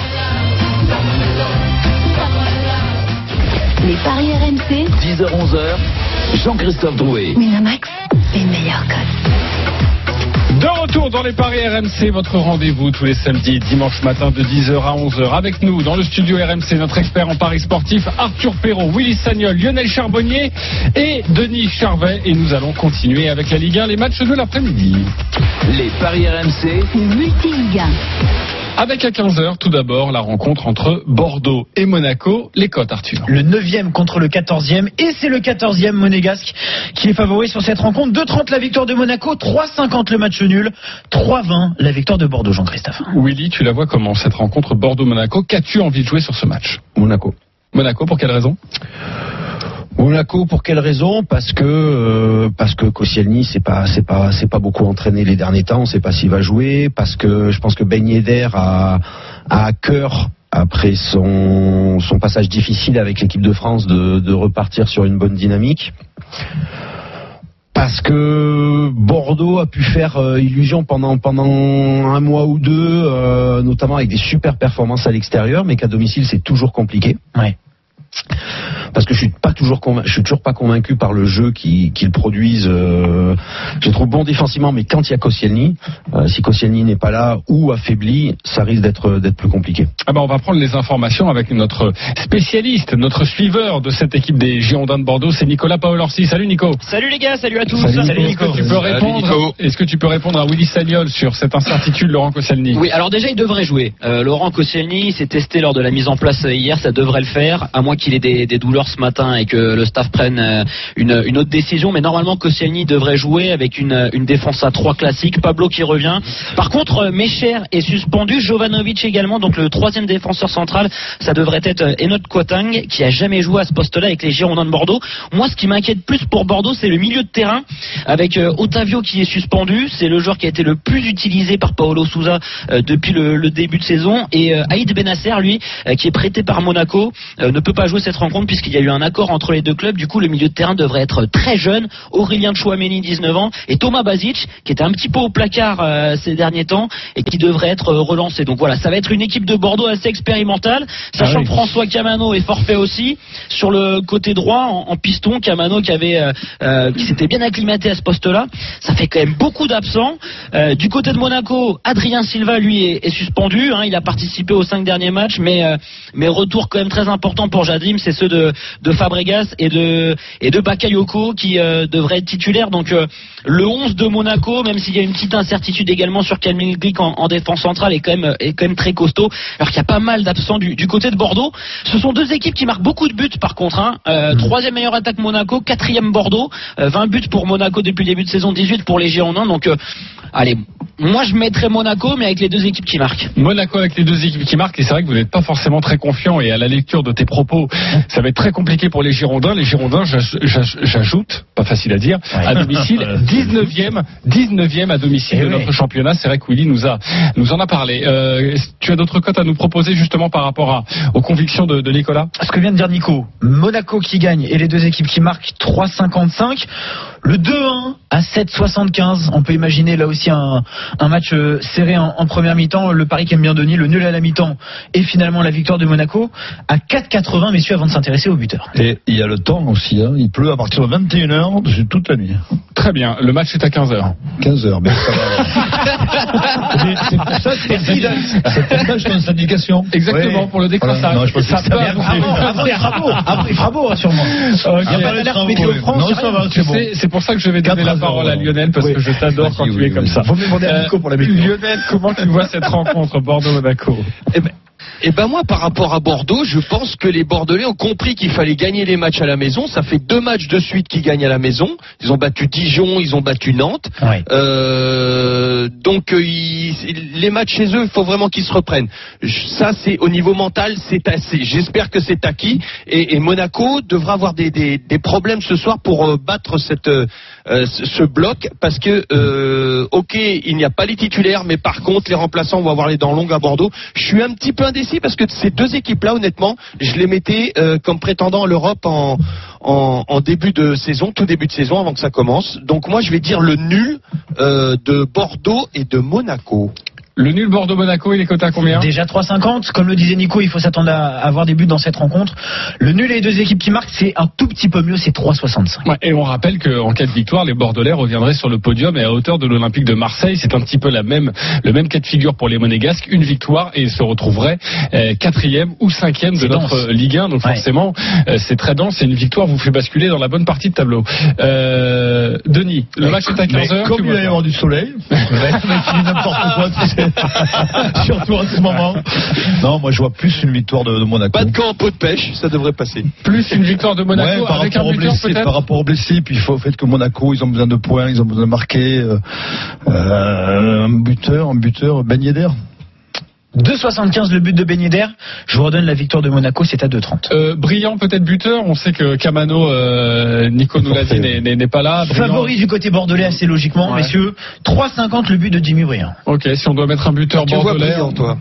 Les paris R M C. dix heures onze heures, Jean-Christophe Drouet. Winamax, les meilleurs codes. De retour dans les paris R M C, votre rendez-vous tous les samedis, dimanche matin de dix heures à onze heures. Avec nous dans le studio R M C, notre expert en paris sportif Arthur Perrault, Willy Sagnol, Lionel Charbonnier et Denis Charvet. Et nous allons continuer avec la Ligue un, les matchs de l'après-midi. Les paris R M C, multi-Ligue un. Avec à quinze heures, tout d'abord, la rencontre entre Bordeaux et Monaco. Les cotes, Arthur. Le neuvième contre le quatorzième. Et c'est le quatorzième monégasque qui est favori sur cette rencontre. deux trente la victoire de Monaco, trois cinquante le match nul, trois vingt la victoire de Bordeaux, Jean-Christophe. Willy, tu la vois comment, cette rencontre Bordeaux-Monaco? Qu'as-tu envie de jouer sur ce match? Monaco. Monaco, pour quelle raison? Monaco, pour quelle raison? Parce que euh, parce que Koscielny c'est pas c'est pas c'est pas beaucoup entraîné les derniers temps, on sait pas s'il va jouer. Parce que je pense que Ben Yedder a, a à cœur, après son son passage difficile avec l'équipe de France, de, de repartir sur une bonne dynamique. Parce que Bordeaux a pu faire euh, illusion pendant pendant un mois ou deux, euh, notamment avec des super performances à l'extérieur, mais qu'à domicile c'est toujours compliqué. Ouais. Parce que je suis pas toujours convaincu, je suis toujours pas convaincu par le jeu qu'ils, qu'ils produisent. Euh, je les trouve bons défensivement, mais quand il y a Koscielny, euh, si Koscielny n'est pas là ou affaibli, ça risque d'être d'être plus compliqué. Ah ben on va prendre les informations avec notre spécialiste, notre suiveur de cette équipe des Girondins de Bordeaux, c'est Nicolas Paolorsi. Salut Nico. Salut les gars, salut à tous. Salut, salut Nico. Est-ce que tu peux répondre Nico. Est-ce que tu peux répondre à Willy Sagnol sur cette incertitude Laurent Koscielny? Oui, alors déjà il devrait jouer. Euh, Laurent Koscielny s'est testé lors de la mise en place hier, ça devrait le faire, à moins qu'il ait des, des douleurs ce matin et que le staff prenne euh, une, une autre décision. Mais normalement Koscielny devrait jouer avec une, une défense à trois classique. Pablo qui revient. Par contre, euh, Mecher est suspendu, Jovanovic également, donc le troisième défenseur central, ça devrait être euh, Enoch Kotang, qui a jamais joué à ce poste-là avec les Girondins de Bordeaux. Moi, ce qui m'inquiète plus pour Bordeaux, c'est le milieu de terrain, avec euh, Otavio qui est suspendu. C'est le joueur qui a été le plus utilisé par Paulo Sousa euh, depuis le, le début de saison. Et euh, Aïd Benasser, lui, euh, qui est prêté par Monaco, euh, ne peut pas jouer cette rencontre puisqu'il y a eu un accord entre les deux clubs. Du coup, le milieu de terrain devrait être très jeune. Aurélien Tchouaméni, dix-neuf ans, et Thomas Basic, qui était un petit peu au placard euh, ces derniers temps et qui devrait être euh, relancé. Donc voilà, ça va être une équipe de Bordeaux assez expérimentale, sachant ah oui. que François Camano est forfait aussi sur le côté droit en, en piston. Camano qui avait euh, euh, qui s'était bien acclimaté à ce poste-là. Ça fait quand même beaucoup d'absents. Euh, du côté de Monaco, Adrien Silva lui est, est suspendu. Hein, il a participé aux cinq derniers matchs, mais euh, mais retour quand même très important pour Jardim, c'est ceux de de Fabregas et de et de Bakayoko qui euh, devraient être titulaires. Donc euh, le onze de Monaco, même s'il y a une petite incertitude également sur Kamil Glik en, en défense centrale, est quand même est quand même très costaud. Alors qu'il y a pas mal d'absents du, du côté de Bordeaux. Ce sont deux équipes qui marquent beaucoup de buts par contre. Hein. Euh, mmh. Troisième meilleure attaque Monaco, quatrième Bordeaux, euh, vingt buts pour Monaco depuis le début de saison, dix-huit pour les Girondins. Donc euh, allez, moi je mettrais Monaco, mais avec les deux équipes qui marquent. Monaco avec les deux équipes qui marquent, et c'est vrai que vous n'êtes pas forcément très confiant, et à la lecture de tes propos, ça va être très compliqué pour les Girondins. Les Girondins, j'ajoute, pas facile à dire, à domicile, dix-neuvième, dix-neuvième à domicile et de oui. notre championnat. C'est vrai que Willy nous a, nous en a parlé. Euh, tu as d'autres cotes à nous proposer justement par rapport à, aux convictions de, de Nicolas? Ce que vient de dire Nico, Monaco qui gagne et les deux équipes qui marquent, trois virgule cinquante-cinq. Le deux un à sept virgule soixante-quinze. On peut imaginer là aussi un, un match euh, serré en, en première mi-temps. Le pari qu'aime bien Denis, le nul à la mi-temps et finalement la victoire de Monaco à quatre virgule quatre-vingts, messieurs, avant de s'intéresser au buteur. Et il y a le temps aussi, hein. Il pleut à partir de vingt et une heures toute la nuit. Très bien, le match est à quinze heures. quinze heures, mais ça va. Mais c'est pour ça que c'est pour ça que je donne cette indication. Exactement, ouais. pour le décrochage. Voilà. Non, je pense ça que peut ça avoir- Après, il fera beau. Après, il fera beau, hein, sûrement. Ok. Il n'y a pas d'alerte météo France. Non, il y a ça rien. va, c'est bon. C'est c'est pour ça que je vais donner la parole à Lionel, parce Oui. que je t'adore Vas-y, quand tu oui, es comme oui. ça. Faut me demander à Nico pour la météo. Lionel, comment tu vois cette rencontre Bordeaux-Monaco? Eh ben, eh ben moi, par rapport à Bordeaux, je pense que les Bordelais ont compris qu'il fallait gagner les matchs à la maison. Ça fait deux matchs de suite qu'ils gagnent à la maison. Ils ont battu Dijon, ils ont battu Nantes. Ouais. Euh, donc euh, ils- les matchs chez eux, il faut vraiment qu'ils se reprennent. Je- Ça, c'est au niveau mental, c'est assez. J'espère que c'est acquis. Et, et Monaco devra avoir des, des, des problèmes ce soir pour euh, battre cette, euh, ce, ce bloc, parce que euh, ok, il n'y a pas les titulaires, mais par contre, les remplaçants vont avoir les dents longues à Bordeaux. Je suis un petit peu indécis parce que ces deux équipes-là, honnêtement, je les mettais euh, comme prétendants à l'Europe en, en, en début de saison, tout début de saison, avant que ça commence. Donc moi, je vais dire le nul euh, de Bordeaux et de Monaco. Le nul Bordeaux-Monaco, il est coté à combien? Déjà trois virgule cinquante. Comme le disait Nico, il faut s'attendre à avoir des buts dans cette rencontre. Le nul et les deux équipes qui marquent, c'est un tout petit peu mieux, c'est trois virgule soixante-cinq. Ouais, et on rappelle qu'en cas de victoire, les Bordelais reviendraient sur le podium et à hauteur de l'Olympique de Marseille. C'est un petit peu la même, le même cas de figure pour les Monégasques. Une victoire et ils se retrouveraient euh, quatrième ou cinquième de C'est notre dense. Ligue un. Donc Ouais. forcément, euh, c'est très dense et une victoire vous fait basculer dans la bonne partie de tableau. Euh, Denis, le match est à quinze heures. Comme il va y avoir du soleil, ça va finir n'importe quoi, tu sais. Surtout en ce moment. Non, moi je vois plus une victoire de, de Monaco. Pas de camp en pot de pêche, ça devrait passer. Plus une victoire de Monaco Ouais, par avec un rapport aux buteur blessés, peut-être. par rapport aux blessés, puis il faut au fait que Monaco, ils ont besoin de points, ils ont besoin de marquer. Euh, euh, un buteur, un buteur, Ben Yedder. deux virgule soixante-quinze le but de Ben Yedder. Je vous redonne la victoire de Monaco, c'est à deux virgule trente. Euh, Brillant peut-être buteur. On sait que Camano, euh, Nico nous l'a dit, n'est- n'est n'est pas là. Brillant- Favori du côté bordelais assez logiquement, Ouais. messieurs. trois virgule cinquante le but de Jimmy Briand. Ok, si on doit mettre un buteur Tu vois bordelais. Brillant, toi.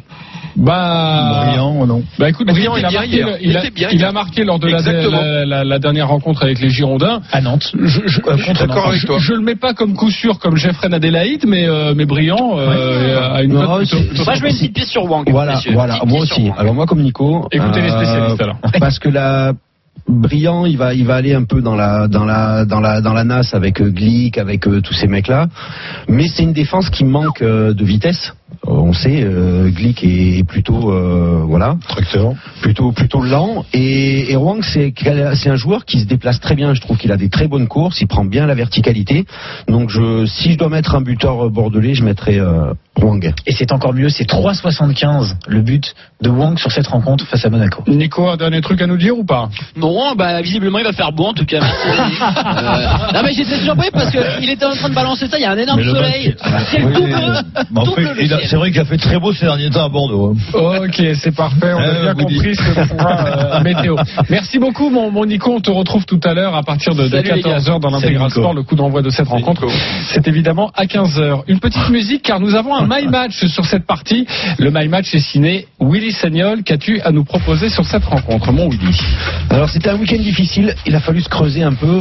Bah, Brillant, non. bah écoute, Mais Brillant, il c'était a bien marqué, hier. le- il a, C'était bien il hier. a marqué lors de la, Exactement. la, la- la dernière rencontre avec les Girondins. À Nantes. Je, je, Euh, je- contre je- Nantes. avec je- toi. je le mets pas comme coup sûr comme Jeffrey Adélaïde, mais euh, mais Brillant euh, a une Non, note plutôt, c'est- plutôt Moi, je mets une sympathique. petite pièce sur Wang. Voilà, messieurs. voilà. Petite Moi pièce sur aussi. Wang. Alors moi comme Nico. Écoutez les spécialistes, alors. Parce que la Brillant, il va, il va aller un peu dans la, dans la, dans la, dans la nasse avec euh, Glick, avec euh, tous ces mecs-là. Mais c'est une défense qui manque euh, de vitesse. Euh, on sait, euh, Glick est plutôt, euh, voilà, Tracteur. plutôt, plutôt lent. Et, et Wang, c'est, c'est un joueur qui se déplace très bien. Je trouve qu'il a des très bonnes courses. Il prend bien la verticalité. Donc je, si je dois mettre un buteur bordelais, je mettrais euh, Wang. Et c'est encore mieux, c'est trois virgule soixante-quinze le but de Wang sur cette rencontre face à Monaco. Nico, un dernier truc à nous dire ou pas? Non, bah visiblement il va faire beau en tout cas. Merci. euh, non mais j'étais surpris parce qu'il était en train de balancer ça. Il y a un énorme Mais le soleil. match- C'est le Oui, double. euh, mais en double fait, le il a- ciel. c'est vrai qu'il a fait très beau ces derniers temps à Bordeaux. hein. Ok, c'est parfait. On a Euh, bien vous compris dites. ce point euh, météo. Merci beaucoup, mon, mon Nico. On te retrouve tout à l'heure à partir de, de Salut, les quatorze heures dans Salut, l'intégral Nico. sport. Le coup d'envoi de cette rencontre, c'est évidemment à quinze heures. Une petite musique car nous avons un My Match sur cette partie. Le My Match est signé Willy Sagnol. Qu'as-tu à nous proposer sur cette rencontre, mon Willy? Alors c'était un week-end difficile, il a fallu se creuser un peu.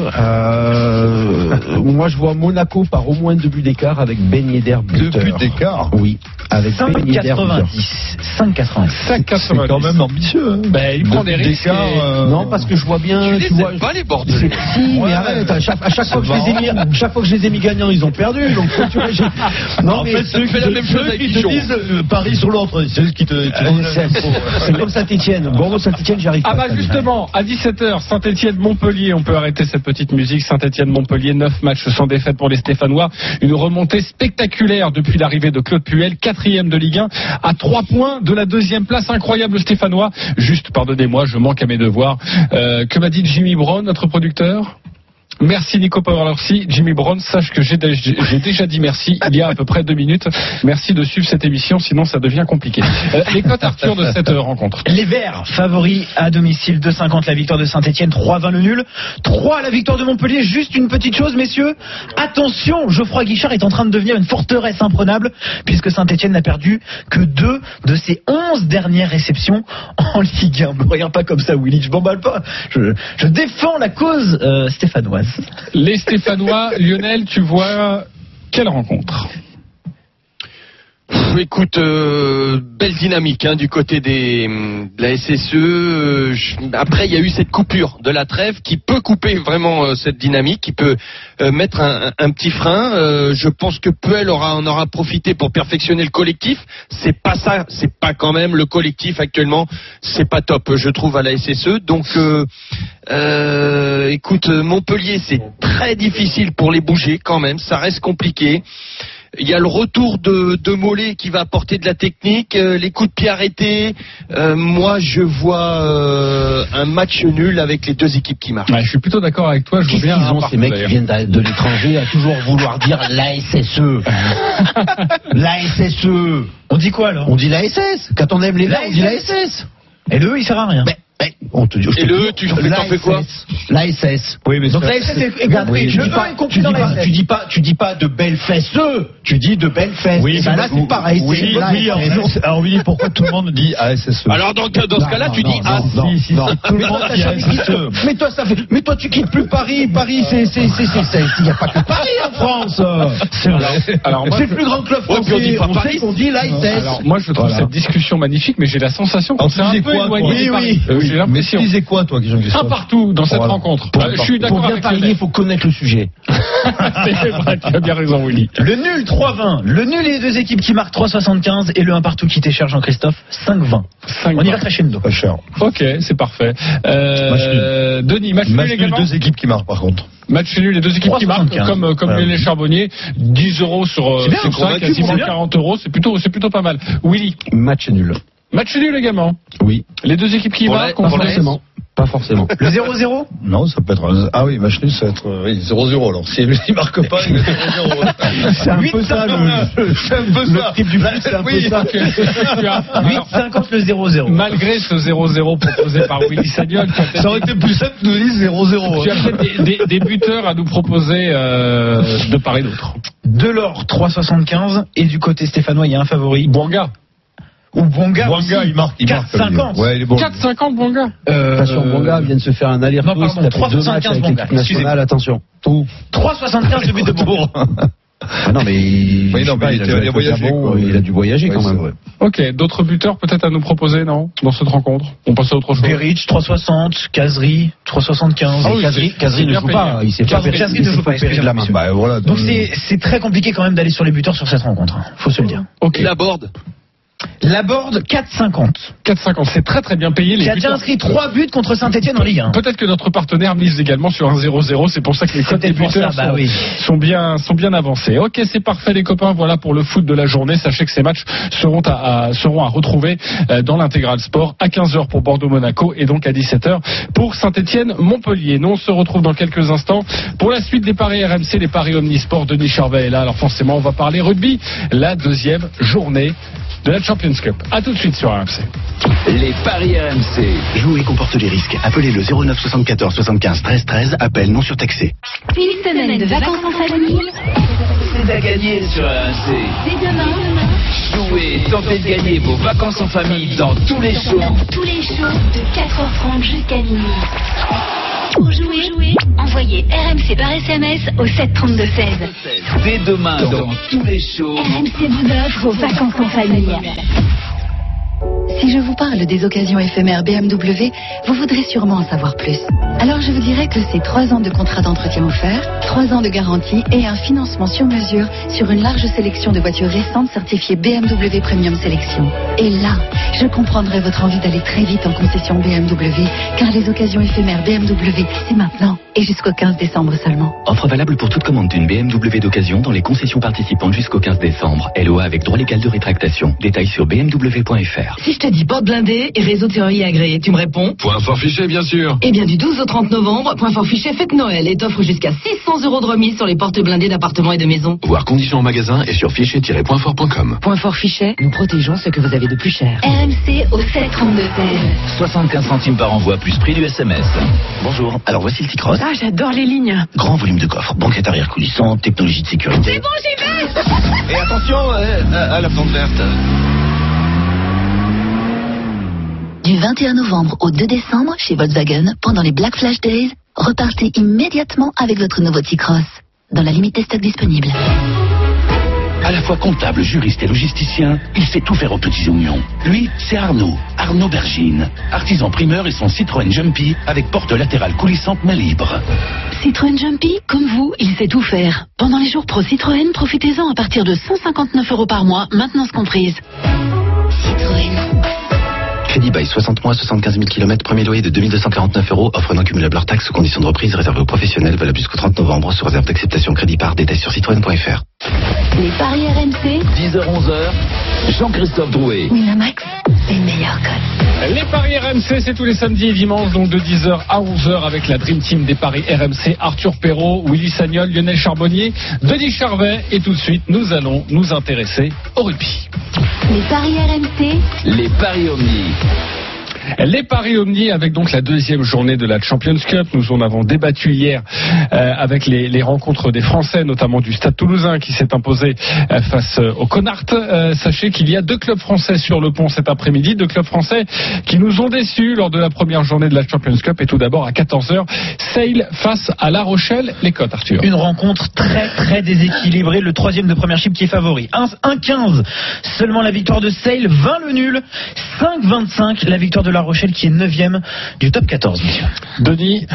Euh, moi je vois Monaco par au moins deux buts d'écart avec Ben Yedder Deux buteur. buts d'écart. Oui, avec Ben Yedder buteur. cinq virgule quatre-vingt-dix. cinq virgule C'est quand quatre-vingt-dix. même ambitieux. hein. Ben, il prend Deux des buts risques. d'écart, et- euh, Non, parce que je vois bien. Tu les tu vois, aimes pas, les Bordelais? Si, mais Ouais. arrête, à chaque, à chaque fois que je C'est les ai mis, chaque fois que je les ai mis gagnants, ils ont perdu. Donc, tu vois, j'ai- non, en mais fait, ceux fait qui la te, même chose ceux avec qui te Dijon. disent euh, Paris sur l'autre, c'est ceux qui te. qui Euh, vont- c'est, c'est comme Saint-Etienne. Bordeaux-Saint-Etienne, j'arrive Ah pas. bah cette année. justement, à dix-sept heures, Saint-Étienne-Montpellier, on peut arrêter cette petite musique. Saint-Étienne-Montpellier, neuf matchs sans défaite pour les Stéphanois. Une remontée spectaculaire depuis l'arrivée de Claude Puel, quatrième de Ligue un, à trois points de la deuxième place. Incroyable Stéphanois. Juste, pardonnez-moi, je manque à mes devoirs. Euh, que m'a dit Jimmy Brown, notre producteur? Merci Nico Powerlorsi. Jimmy Brown, sache que j'ai, j'ai déjà dit merci il y a à peu près deux minutes. Merci de suivre cette émission, sinon ça devient compliqué. Euh, les cotes Arthur de cette rencontre. Les Verts, favoris à domicile, deux cinquante la victoire de Saint-Etienne, trois vingt le nul, trois la victoire de Montpellier. Juste une petite chose, messieurs, attention, Geoffroy Guichard est en train de devenir une forteresse imprenable, puisque Saint-Etienne n'a perdu que deux de ses onze dernières réceptions en Ligue un. Ne me regarde pas comme ça, Willy, je m'emballe pas. Je, je défends la cause euh, stéphanoise. Les Stéphanois, Lionel, tu vois quelle rencontre? Écoute, euh, belle dynamique hein, du côté des, de la S S E. Euh, je, après, il y a eu cette coupure de la trêve qui peut couper vraiment euh, cette dynamique, qui peut euh, mettre un, un, un petit frein. Euh, je pense que Puel aura, en aura profité pour perfectionner le collectif. C'est pas ça, c'est pas quand même le collectif actuellement. C'est pas top, je trouve, à la S S E. Donc, euh, euh, écoute, Montpellier, c'est très difficile pour les bouger quand même. Ça reste compliqué. Il y a le retour de, de Mollet qui va apporter de la technique, euh, les coups de pied arrêtés. Euh, moi, je vois euh, un match nul avec les deux équipes qui marquent. Ouais, je suis plutôt d'accord avec toi. Je Qu'est-ce vois bien qu'ils ont, ces mecs qui viennent de l'étranger, à toujours vouloir dire la S S E. La S S E. On dit quoi alors? On dit la S S. Quand on aime les Verts, on dit la S S. Et le E, il sert à rien. Mais, mais, on te dit, Et le E, tu t'en fais quoi? La S S. Oui, mais donc la S S est compris. Tu Le dis E pas, est compris tu dans dis la pas, S S. tu dis pas, tu dis pas de belles fesses, tu dis de belles fesses. Oui, bah là c'est pareil. Oui, c'est oui, la oui, S S. alors, alors oui, pourquoi tout le monde dit A S S E? Alors dans, dans ce cas-là, tu dis non, ah non, si, si, non. si, tout le Mais monde toi, t'as dit jamais A S S E. quitté- Mais toi, ça fait. Mais toi, tu quittes plus Paris. Paris, c'est, c'est, c'est, c'est, c'est- il n'y a pas que Paris en France. C'est vrai. Alors, moi, C'est je- le plus grand club Ouais, puis on français. dit pas On Paris. sait qu'on dit la S S. Alors, moi, je trouve Voilà. cette discussion magnifique, mais j'ai la sensation qu'on Alors, s'est tu un disais peu quoi, éloigné toi de Oui, Paris. oui. Euh, J'ai Mais tu l'impression. disais quoi, toi, Jean-Christophe? Un partout dans cette Voilà. rencontre. Pour, Euh, je suis pour d'accord bien avec parier, il Lionel. faut connaître le sujet. C'est vrai, tu as bien raison, Willy. Le nul trois vingt, le nul et les deux équipes qui marquent trois soixante-quinze et le un partout qui était cher Jean-Christophe cinq vingt. cinq On y va crescendo. Pas cher. Ok, c'est parfait. Euh, Match Denis, match Match nul nul, également. deux équipes qui marquent par contre. Match nul, les deux équipes qui marquent, trois soixante-quinze. comme, comme Ouais. Lionel Charbonnier, dix euros sur, euh, C'est bien, sur c'est ça, convaincu, quasiment c'est bien. quarante euros, c'est plutôt, c'est plutôt pas mal. Willy, Match nul. match nul également. Oui. Les deux équipes qui Pour la- marquent, pour on la fait- Forcément. Pas forcément. Le zéro zéro. Non, ça peut être un... Ah oui, match nul, ça va être euh, oui, zéro zéro alors. Si lui il marque pas, il est zéro zéro. C'est un peu ça, le, C'est un peu le ça. trip du foot, c'est un peu Oui. ça. Ok. Tu as- huit alors, cinquante le zéro zéro. malgré ce zéro zéro proposé par Willy Sagnol, tu as peut-être Ça aurait été plus simple de dire zéro zéro. tu as peut-être des, des- des buteurs à nous proposer euh, de part et d'autre. Delors trois soixante-quinze et du côté stéphanois il y a un favori. Bonga. Ou Bonga. Bonga, aussi. il marque, il marque. quatre cinquante. Ouais, il est bon. quatre cinquante, Bonga. Euh, Attention, Bonga vient de se faire un non, aller-retour. pardon, il a fait trois deux matchs soixante-quinze avec Bonga, l'équipe nationale. Attention. Tout. trois soixante-quinze de but de Bonga. Ah non, mais il, Oui, je non, sais pas, mais il a il joué était allé avec le voyager, Gabon, quoi. il a dû voyager Oui, quand c'est même. vrai. Ok, d'autres buteurs peut-être à nous proposer, non, dans cette rencontre. On passe à autre chose. Beric trois soixante, Kazri trois soixante-quinze. Ah oui, Kazri, c'est- Kazri c'est ne bien joue payé. pas. Il s'est Kazri, pas Kazri il ne s'est joue pas pas, opéré de la main. Bah voilà. Donc c'est c'est très compliqué quand même d'aller sur les buteurs sur cette rencontre. hein. Faut se le dire. Ok. la board. Laborde quatre cinquante. quatre cinquante, c'est très très bien payé. Les Qui a déjà buteurs. inscrit trois buts contre Saint-Etienne en Ligue un. Peut-être que notre partenaire mise également sur un zéro zéro, c'est pour ça que les cotes des peut-être pour buteurs ça, bah sont, oui. sont bien, sont bien avancés. Ok, c'est parfait les copains, voilà pour le foot de la journée. Sachez que ces matchs seront à, à- seront à retrouver euh, dans l'intégral sport à quinze heures pour Bordeaux-Monaco et donc à dix-sept heures pour Saint-Etienne-Montpellier. Nous on se retrouve dans quelques instants pour la suite des paris R M C, les paris Omnisport. Denis Charvet est là, alors forcément on va parler rugby, la deuxième journée de la Champions Cup. A tout de suite sur R M C. Les paris R M C. Jouer comporte les risques. Appelez le zéro neuf soixante-quatorze soixante-quinze treize treize. Appel non surtaxé. Une semaine de vacances en famille. C'est à gagner sur R M C. Dès demain, Jouez, tentez de gagner vos vacances en famille dans tous les shows. dans tous les shows de quatre heures trente jusqu'à minuit. Pour jouer, jouer, envoyez R M C par S M S au sept trente-deux seize. Dès demain dans tous les shows. R M C vous offre vos vacances en famille. Si je vous parle des occasions éphémères B M W, vous voudrez sûrement en savoir plus. Alors je vous dirais que c'est trois ans de contrat d'entretien offert, trois ans de garantie et un financement sur mesure sur une large sélection de voitures récentes certifiées B M W Premium Sélection. Et là, je comprendrai votre envie d'aller très vite en concession B M W, car les occasions éphémères B M W, c'est maintenant et jusqu'au quinze décembre seulement. Offre valable pour toute commande d'une B M W d'occasion dans les concessions participantes jusqu'au quinze décembre. L O A avec droit légal de rétractation. Détails sur b m w point f r. Si je te dis porte blindée et réseau théorie agréé, tu me réponds? Point fort fiché, bien sûr. Eh bien, du douze au trente novembre, Point Fort Fichet fête Noël et t'offre jusqu'à six cents euros de remise sur les portes blindées d'appartements et de maisons. Voir conditions en magasin et sur fichet tiret point fort point com. Point Fort Fichet, nous protégeons ce que vous avez de plus cher. R M C au sept trente-deux seize. soixante-quinze centimes par envoi plus prix du S M S. Bonjour, alors voici le T-Cross. Ah, j'adore les lignes. Grand volume de coffre, banquette arrière coulissante, technologie de sécurité. C'est bon, j'y vais. Et attention euh, à la fente verte. Du vingt et un novembre au deux décembre, chez Volkswagen, pendant les Black Flash Days, repartez immédiatement avec votre nouveau T-Cross, dans la limite des stocks disponibles. À la fois comptable, juriste et logisticien, il sait tout faire aux petits oignons. Lui, c'est Arnaud, Arnaud Bergine, artisan primeur et son Citroën Jumpy avec porte latérale coulissante mais libre. Citroën Jumpy, comme vous, il sait tout faire. Pendant les jours pro Citroën, profitez-en à partir de cent cinquante-neuf euros par mois, maintenance comprise. Citroën. Crédit bail soixante mois, soixante-quinze mille kilomètres, premier loyer de deux mille deux cent quarante-neuf euros, offre non cumulable hors taxe sous conditions de reprise réservée aux professionnels, valable jusqu'au trente novembre, sous réserve d'acceptation crédit par, détails sur citroën point f r. Les paris R M C. dix heures onze heures, Jean-Christophe Drouet. Winamax, c'est le meilleur code. Les paris R M C, c'est tous les samedis et dimanches, donc de dix heures à onze heures avec la Dream Team des paris R M C, Arthur Perrault, Willy Sagnol, Lionel Charbonnier, Denis Charvet. Et tout de suite, nous allons nous intéresser au rugby. Les paris R M C. Les paris Omni. Les paris Omni avec donc la deuxième journée de la Champions Cup. Nous en avons débattu hier euh, avec les, les rencontres des Français, notamment du Stade Toulousain qui s'est imposé euh, face euh, au Connacht. Euh, sachez qu'il y a deux clubs français sur le pont cet après-midi, deux clubs français qui nous ont déçus lors de la première journée de la Champions Cup. Et tout d'abord à quatorze heures, Sale face à La Rochelle. Les cotes, Arthur. Une rencontre très très déséquilibrée. Le troisième de première chip qui est favori. un quinze seulement la victoire de Sale, vingt le nul, cinq vingt-cinq la victoire de La Rochelle qui est neuvième du top quatorze, messieurs. Denis,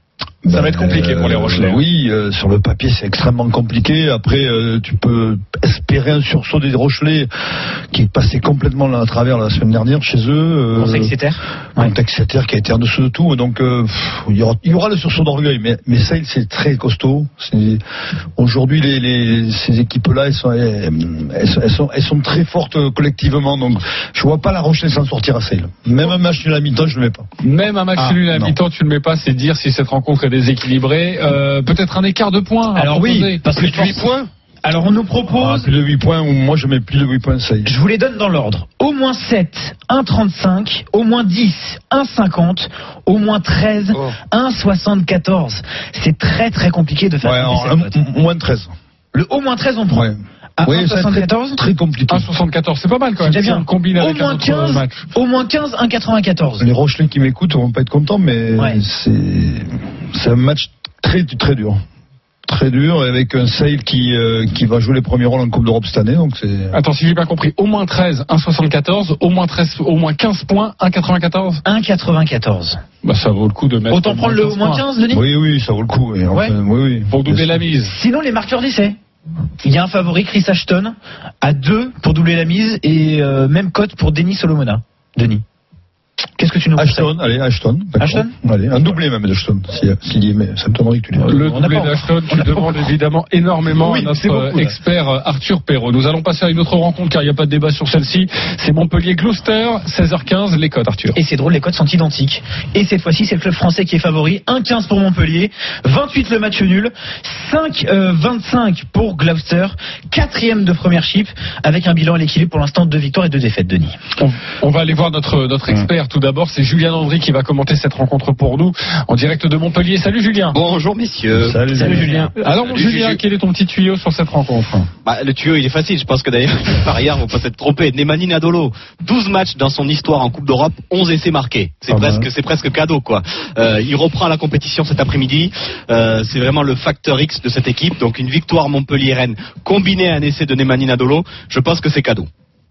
ça va être compliqué pour les Rochelais. Euh, oui, euh, sur le papier c'est extrêmement compliqué. Après, euh, tu peux espérer un sursaut des Rochelais qui est passé complètement là, à travers la semaine dernière chez eux. Euh, Contre Exeter. Contre Exeter qui a été en dessous de tout. Donc euh, pff, il, y aura, il y aura le sursaut d'orgueil, mais, mais ça c'est très costaud. C'est, aujourd'hui, les, les, ces équipes-là, elles sont, elles, elles, sont, elles, sont, elles sont très fortes collectivement. Donc je vois pas La Rochelle s'en sortir à Sale. Même un match nul à mi-temps, je le mets pas. Même un match ah, nul à non. mi-temps, tu ne le mets pas, c'est dire si cette rencontre est déséquilibrée. Euh, peut-être un écart de points. Alors oui, parce que huit points. Alors on nous propose ah, plus de huit points, moi je mets plus de huit points, ça y est. Je vous les donne dans l'ordre. Au moins sept, un trente-cinq, au moins dix, un cinquante, au moins treize, oh. un soixante-quatorze. C'est très très compliqué de faire ouais, alors, un, moins treize. Le au moins treize on prend. Ouais. À oui, un soixante-quatorze, très, très compliqué. un soixante-quatorze, c'est pas mal quand même. C'est bien. Combine au avec moins un autre quinze, match. Au moins quinze, un quatre-vingt-quatorze. Les Rochelais qui m'écoutent vont pas être contents, mais ouais. c'est, c'est un match très très dur. Très dur, avec un Sale qui, euh, qui va jouer les premiers rôles en Coupe d'Europe cette année. Donc c'est... Attends, si j'ai bien compris, au moins treize, un soixante-quatorze, au moins treize, au moins quinze points, un quatre-vingt-quatorze. un quatre-vingt-quatorze. Bah ça vaut le coup de mettre. Autant prendre le au moins quinze, Denis. Oui, oui, ça vaut le coup. Oui, ouais. enfin, oui, oui. Pour doubler la mise. Sinon, les marqueurs d'essai. Il y a un favori, Chris Ashton, à deux pour doubler la mise et euh, même cote pour Denis Solomona. Denis. Qu'est-ce que tu nous Ashton, allez, Ashton. Ashton Allez, un doublé même d'Ashton. S'il si, si, mais ça me donnerait que tu l'aies. Le doublé d'Ashton, tu demandes évidemment énormément oui, à notre beaucoup, expert Arthur Perrault. Nous allons passer à une autre rencontre car il n'y a pas de débat sur celle-ci. C'est Montpellier-Gloucester, seize heures quinze, les cotes, Arthur. Et c'est drôle, les cotes sont identiques. Et cette fois-ci, c'est le club français qui est favori. un quinze pour Montpellier, vingt-huit le match nul, cinq vingt-cinq pour Gloucester, quatrième de première chip, avec un bilan à l'équilibre pour l'instant, deux victoires et deux défaites, Denis. On, on va aller voir notre, notre expert. Tout d'abord, c'est Julien Andry qui va commenter cette rencontre pour nous en direct de Montpellier. Salut Julien. Bonjour messieurs. Salut, Salut Julien. Alors Salut, Julien, Juju. quel est ton petit tuyau sur cette rencontre? Bah, le tuyau il est facile, je pense que d'ailleurs les parieurs vont peut-être tromper. Nemanja Nadolo, douze matchs dans son histoire en Coupe d'Europe, onze essais marqués. C'est ah presque, ben. c'est presque cadeau quoi. Euh, il reprend la compétition cet après-midi. Euh, c'est vraiment le facteur X de cette équipe. Donc une victoire Montpellier-Rennes combinée à un essai de Nemanja Nadolo, je pense que c'est cadeau.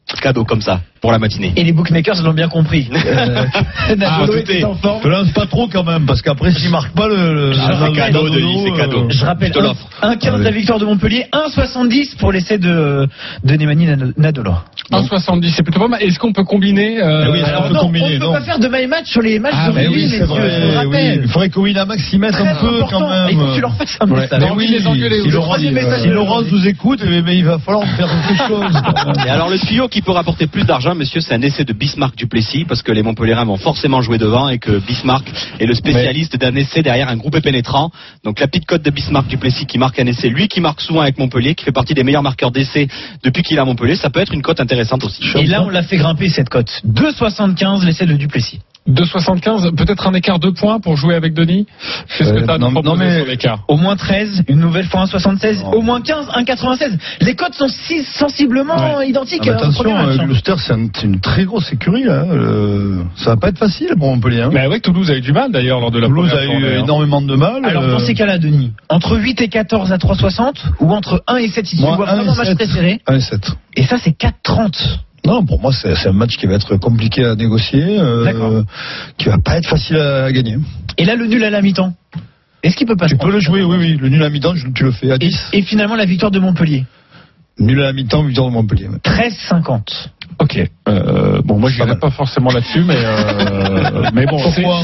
Cadeau comme ça, pour la matinée. Et les bookmakers l'ont bien compris. Euh, Nadolo était en forme. Te lance pas trop quand même, parce qu'après s'il marque pas le... le ah, c'est cadeau, Denis, c'est cadeau. Je rappelle, un quinze la victoire de Montpellier, un soixante-dix pour l'essai de, de Nemani Nadolo. un soixante-dix, c'est plutôt pas mal. Est-ce qu'on peut combiner euh... oui, alors, on peut non, combiner, on ne peut non. pas faire de my match sur les matchs ah, de rugby, oui, messieurs, vrai, je vous rappelle. Oui. Il faudrait que Winamax s'y mette un peu important. quand même. Il faut que tu leur fasses un ouais. message. Mais oui, les engueuler, si Laurent, si Laurent nous écoute, mais, mais il va falloir faire quelque chose. Et alors le tuyau qui peut rapporter plus d'argent, monsieur, c'est un essai de Bismarck Duplessis, parce que les Montpelliérains vont forcément jouer devant et que Bismarck est le spécialiste d'un essai derrière un groupe pénétrant. Donc la petite cote de Bismarck Duplessis qui marque un essai, lui qui marque souvent avec Montpellier, qui fait partie des meilleurs marqueurs d'essais depuis qu'il est à Montpellier, ça peut être une cote intéressante aussi. Et là, on l'a fait grimper cette cote. deux soixante-quinze l'essai de Duplessis. deux soixante-quinze, peut-être un écart de points pour jouer avec Denis. Qu'est-ce que tu as à nous proposer sur l'écart? Au moins treize, une nouvelle fois un soixante-seize, au moins quinze, un quatre-vingt-seize. Les cotes sont si sensiblement ouais. identiques. Ah, attention, euh, Gloucester, c'est un, une très grosse écurie. Hein. Euh, ça va pas être facile pour Montpellier. Hein. Mais ouais, Toulouse a eu du mal d'ailleurs lors de la Toulouse première Toulouse a eu hein. énormément de mal. Alors euh... dans ces cas-là, Denis, entre huit et quatorze à trois soixante ou entre un et sept si tu vois vraiment un match très serré. un et sept. Et ça, c'est quatre trente. Non, pour moi, c'est, c'est un match qui va être compliqué à négocier, euh, qui va pas être facile à gagner. Et là, le nul à la mi-temps, est-ce qu'il peut pas Tu peux le jouer, oui, oui. Le nul à la mi-temps, tu le fais à dix. Et, et finalement, la victoire de Montpellier. Nul à la mi-temps, victoire de Montpellier. Ouais. treize cinquante. Ok. Euh, bon, moi, je n'irai pas forcément là-dessus, mais euh, mais bon. Pourquoi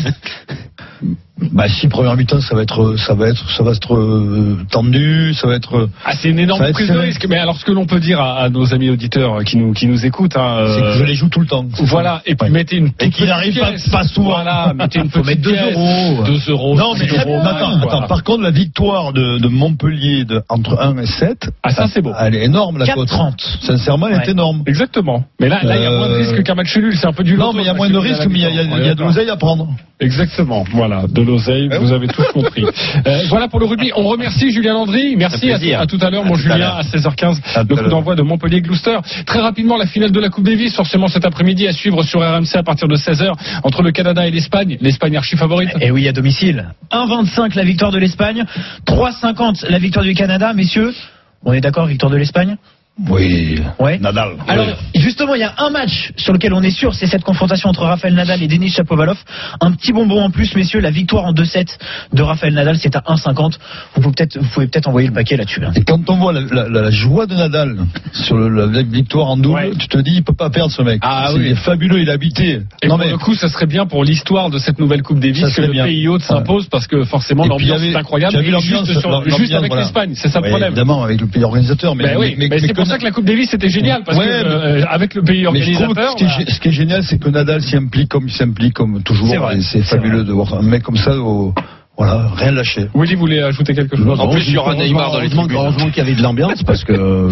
Bah si première mi-temps ça va être ça va être ça va être euh, tendu, ça va être ah c'est une énorme prise de risque. Mais alors ce que l'on peut dire à, à nos amis auditeurs qui nous qui nous écoutent, hein, c'est que je les joue tout le temps. Voilà et puis ouais. mettez une et qui n'arrive pas, pas souvent. Voilà, mettez une petite deux euros, deux euros. Non mais très bon. Attends, attends. Par contre la victoire de, de Montpellier de entre un et sept, ah ça c'est beau. Elle est énorme la cote. trente. Sincèrement, elle ouais. est énorme. Exactement. Mais là là il y a moins de risque qu'un match nul, c'est un peu du non mais il y a moins de risque, mais il y a il y a de l'oseille à prendre. Exactement. Voilà, de l'oseille. Vous avez tous compris. Euh, voilà pour le rugby. On remercie Julien Landry. Merci à, à tout à l'heure, mon Julien, à seize heures quinze. Le coup d'envoi de Montpellier-Gloucester. Très rapidement, la finale de la Coupe Davis, forcément cet après-midi à suivre sur R M C à partir de seize heures entre le Canada et l'Espagne. L'Espagne archi favorite. Et oui, à domicile. un vingt-cinq la victoire de l'Espagne, trois cinquante la victoire du Canada. Messieurs, on est d'accord, victoire de l'Espagne? Oui, ouais. Nadal. Alors, oui. justement, il y a un match sur lequel on est sûr, c'est cette confrontation entre Rafael Nadal et Denis Shapovalov. Un petit bonbon en plus, messieurs, la victoire en deux sept de Rafael Nadal, c'est à un cinquante. Vous pouvez peut-être, vous pouvez peut-être envoyer le paquet là-dessus. Hein. Et quand on voit la, la, la joie de Nadal sur le, la victoire en double, ouais. tu te dis, il peut pas perdre ce mec. Ah c'est oui. fabuleux, il a habité. Et non, pour mais... le coup, ça serait bien pour l'histoire de cette nouvelle Coupe Davis que le bien. pays hôte s'impose ouais. parce que forcément et l'ambiance avait, est incroyable. Et juste, sur, juste avec voilà. l'Espagne, c'est ça le ouais, problème. Évidemment, avec le pays organisateur. Mais, mais, oui, mais, mais c'est pour ça que la Coupe Davis c'était génial parce ouais, que euh, avec le pays organisateur. Ce qui, est, ce qui est génial, c'est que Nadal s'y implique comme il s'implique, comme toujours. C'est, vrai, et c'est, c'est fabuleux vrai. de voir un mec comme ça. Au, voilà, rien lâcher. Willy voulait ajouter quelque chose. En plus, il y aura Neymar dans les tribunes. Heureusement qu'il y avait de l'ambiance parce que.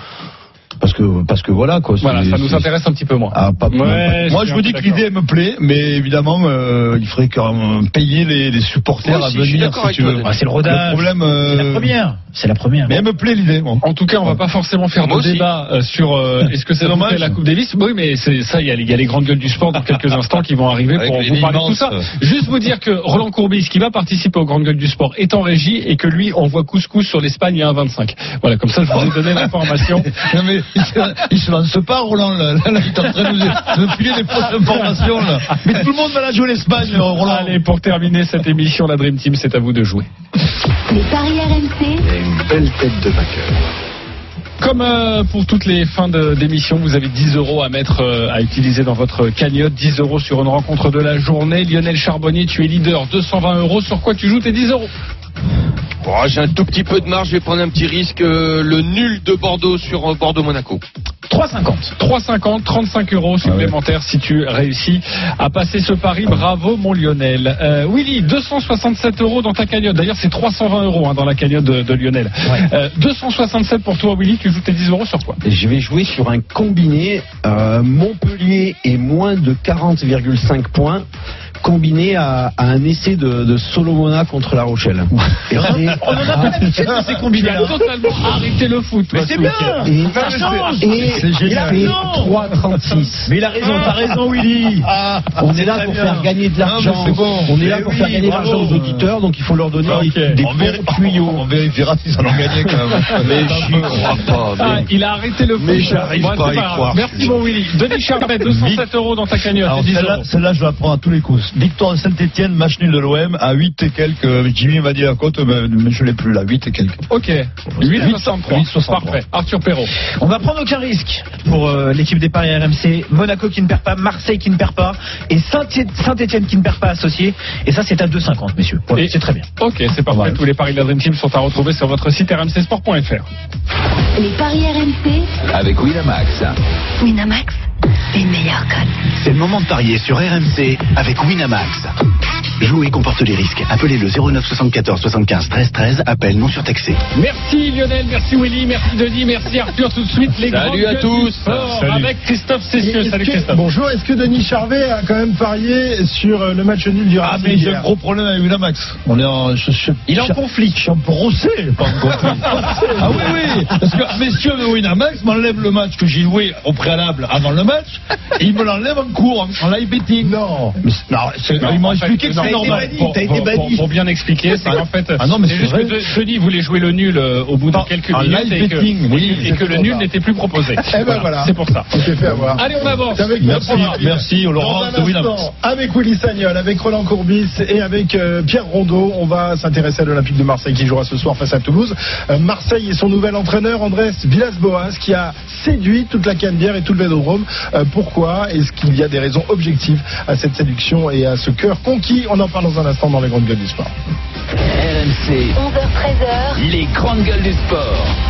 Parce que, parce que voilà quoi. Voilà, ça nous intéresse un petit peu moins. Ah, pas, ouais, moi je vous dis que l'idée elle me plaît, mais évidemment euh, il faudrait quand même payer les, les supporters moi à venir si tu veux. Ah, c'est le rodage. Le problème, euh... c'est la première. C'est la première. Mais elle me plaît l'idée. Bon. En tout cas, on va pas forcément faire de débat euh, sur euh, est-ce que c'est dommage la Coupe Davis. Oui, mais c'est ça. Il y a, y a les grandes gueules du sport dans quelques instants qui vont arriver pour vous parler de tout ça. Juste vous dire que Roland Courbis, qui va participer aux grandes gueules du sport, est en régie et que lui envoie couscous sur l'Espagne à un vingt-cinq. Voilà, comme ça je vous ai donné l'information. Non mais il se lance pas, Roland. Là, là, là il est en train de nous, nous filer des fausses informations. Là. Mais tout le monde va la jouer l'Espagne, Roland. Allez, pour terminer cette émission, la Dream Team, c'est à vous de jouer. Les paris R M C. Il y a une belle tête de vainqueur. Comme euh, pour toutes les fins de, d'émission, vous avez dix euros à mettre, euh, à utiliser dans votre cagnotte. dix euros sur une rencontre de la journée. Lionel Charbonnier, tu es leader, deux cent vingt euros. Sur quoi tu joues tes dix euros? Oh, j'ai un tout petit peu de marge, je vais prendre un petit risque. Euh, le nul de Bordeaux sur euh, Bordeaux-Monaco. trois cinquante. trois cinquante, trente-cinq euros supplémentaires ah ouais. si tu réussis à passer ce pari. Bravo mon Lionel. Euh, Willy, deux cent soixante-sept euros dans ta cagnotte. D'ailleurs, c'est trois cent vingt euros hein, dans la cagnotte de, de Lionel. Ouais. Euh, deux cent soixante-sept pour toi, Willy. Tu joues tes dix euros sur quoi? Je vais jouer sur un combiné euh, Montpellier et moins de quarante virgule cinq points combiné à, à un essai de, de Solomona contre La Rochelle. Et on, on en a pas l'habitude de ces Tu combinés-là. as totalement arrêté le foot. Mais toi, c'est ce bien. week-end. Et, Ça change. et C'est il a génial. fait Non. trois trente-six. Mais il a raison, t'as raison, Willy. Ah, On est là très pour bien. faire gagner de l'argent. Non, mais c'est bon. On est là Mais pour oui, faire gagner de bravo. l'argent aux auditeurs, donc il faut leur donner Ok. des, des on, véri- bons tuyaux. on vérifiera s'ils en ont gagné quand même. Mais j'y crois pas. Ah, mais- il a arrêté le foot. Mais j'arrive Bon, pas c'est à y grave. croire. Merci mon Willy. Denis Charvet, deux cent sept euros dans ta cagnotte. Alors et dix celle-là, euros. celle-là, je la prends à tous les coups. Victoire de Saint-Etienne, match nul de l'O M à huit et quelques. Jimmy m'a dit la cote, mais, mais je l'ai plus là, huit et quelques. Ok. huit virgule soixante-trois. huit virgule soixante-trois. Parfait. Arthur Perrault. On va prendre aucun risque pour euh, l'équipe des paris R M C. Monaco qui ne perd pas, Marseille qui ne perd pas et Saint-Etienne qui ne perd pas associé. Et ça, c'est à deux cinquante, messieurs. Voilà, Et- c'est très bien. Ok, c'est parfait. Voilà. Tous les paris de la Dream Team sont à retrouver sur votre site r m c sport point f r. Les paris R M C, Avec Winamax. Winamax, les meilleurs codes. C'est le moment de parier sur R M C avec Winamax. Jouer comporte les risques. Appelez le zéro neuf soixante-quatorze soixante-quinze treize treize. Appel non surtaxé. Merci Lionel, merci Willy, merci Denis, merci Arthur. Tout de suite, les Salut grandes à gueules tous. du sport Salut. avec Christophe Cessieux. Est-ce Salut que- Christophe. Bonjour, est-ce que Denis Charvet a quand même parié sur euh, le match nul du Ah, Racing mais j'ai hier un gros problème avec Winamax. On est en. Je, je, Il est en je- conflit. Je suis en procès, pas en conflit. Ah oui, oui. Parce que messieurs de Winamax m'enlèvent le match que j'ai joué au préalable avant le match et ils me l'enlèvent en cours, en, en live betting. Non. Mais, non, c'est- Non, ils m'ont en fait, expliqué que non, c'est pour- normal. Pour, T'as été pour- pour- banni. pour bien expliquer, c'est qu'en fait, Ah non, mais c'est c'est juste vrai. que De- Denis voulait jouer le nul euh, au bout de Non, quelques en minutes live et que, betting, oui, et que le c'est nul pour ça. n'était plus proposé. Eh ben voilà. C'est pour ça. On s'est fait avoir. Allez, on avance. C'est avec Merci, notre programme. merci au Dans Laurent un de Winamax. instant, avec Willy Sagnol, avec Roland Courbis et avec euh, Pierre Rondeau, on va s'intéresser à l'Olympique de Marseille qui jouera ce soir face à Toulouse. Euh, Marseille et son nouvel entraîneur Andrés Villas-Boas qui a séduit toute la Canebière et tout le Vélodrome. Euh, pourquoi? Est-ce qu'il y a des raisons objectives à cette séduction et à ce cœur conquis? On en parle dans un instant dans les grandes gueules du sport. R M C. onze heures treize heures. Les grandes gueules du sport.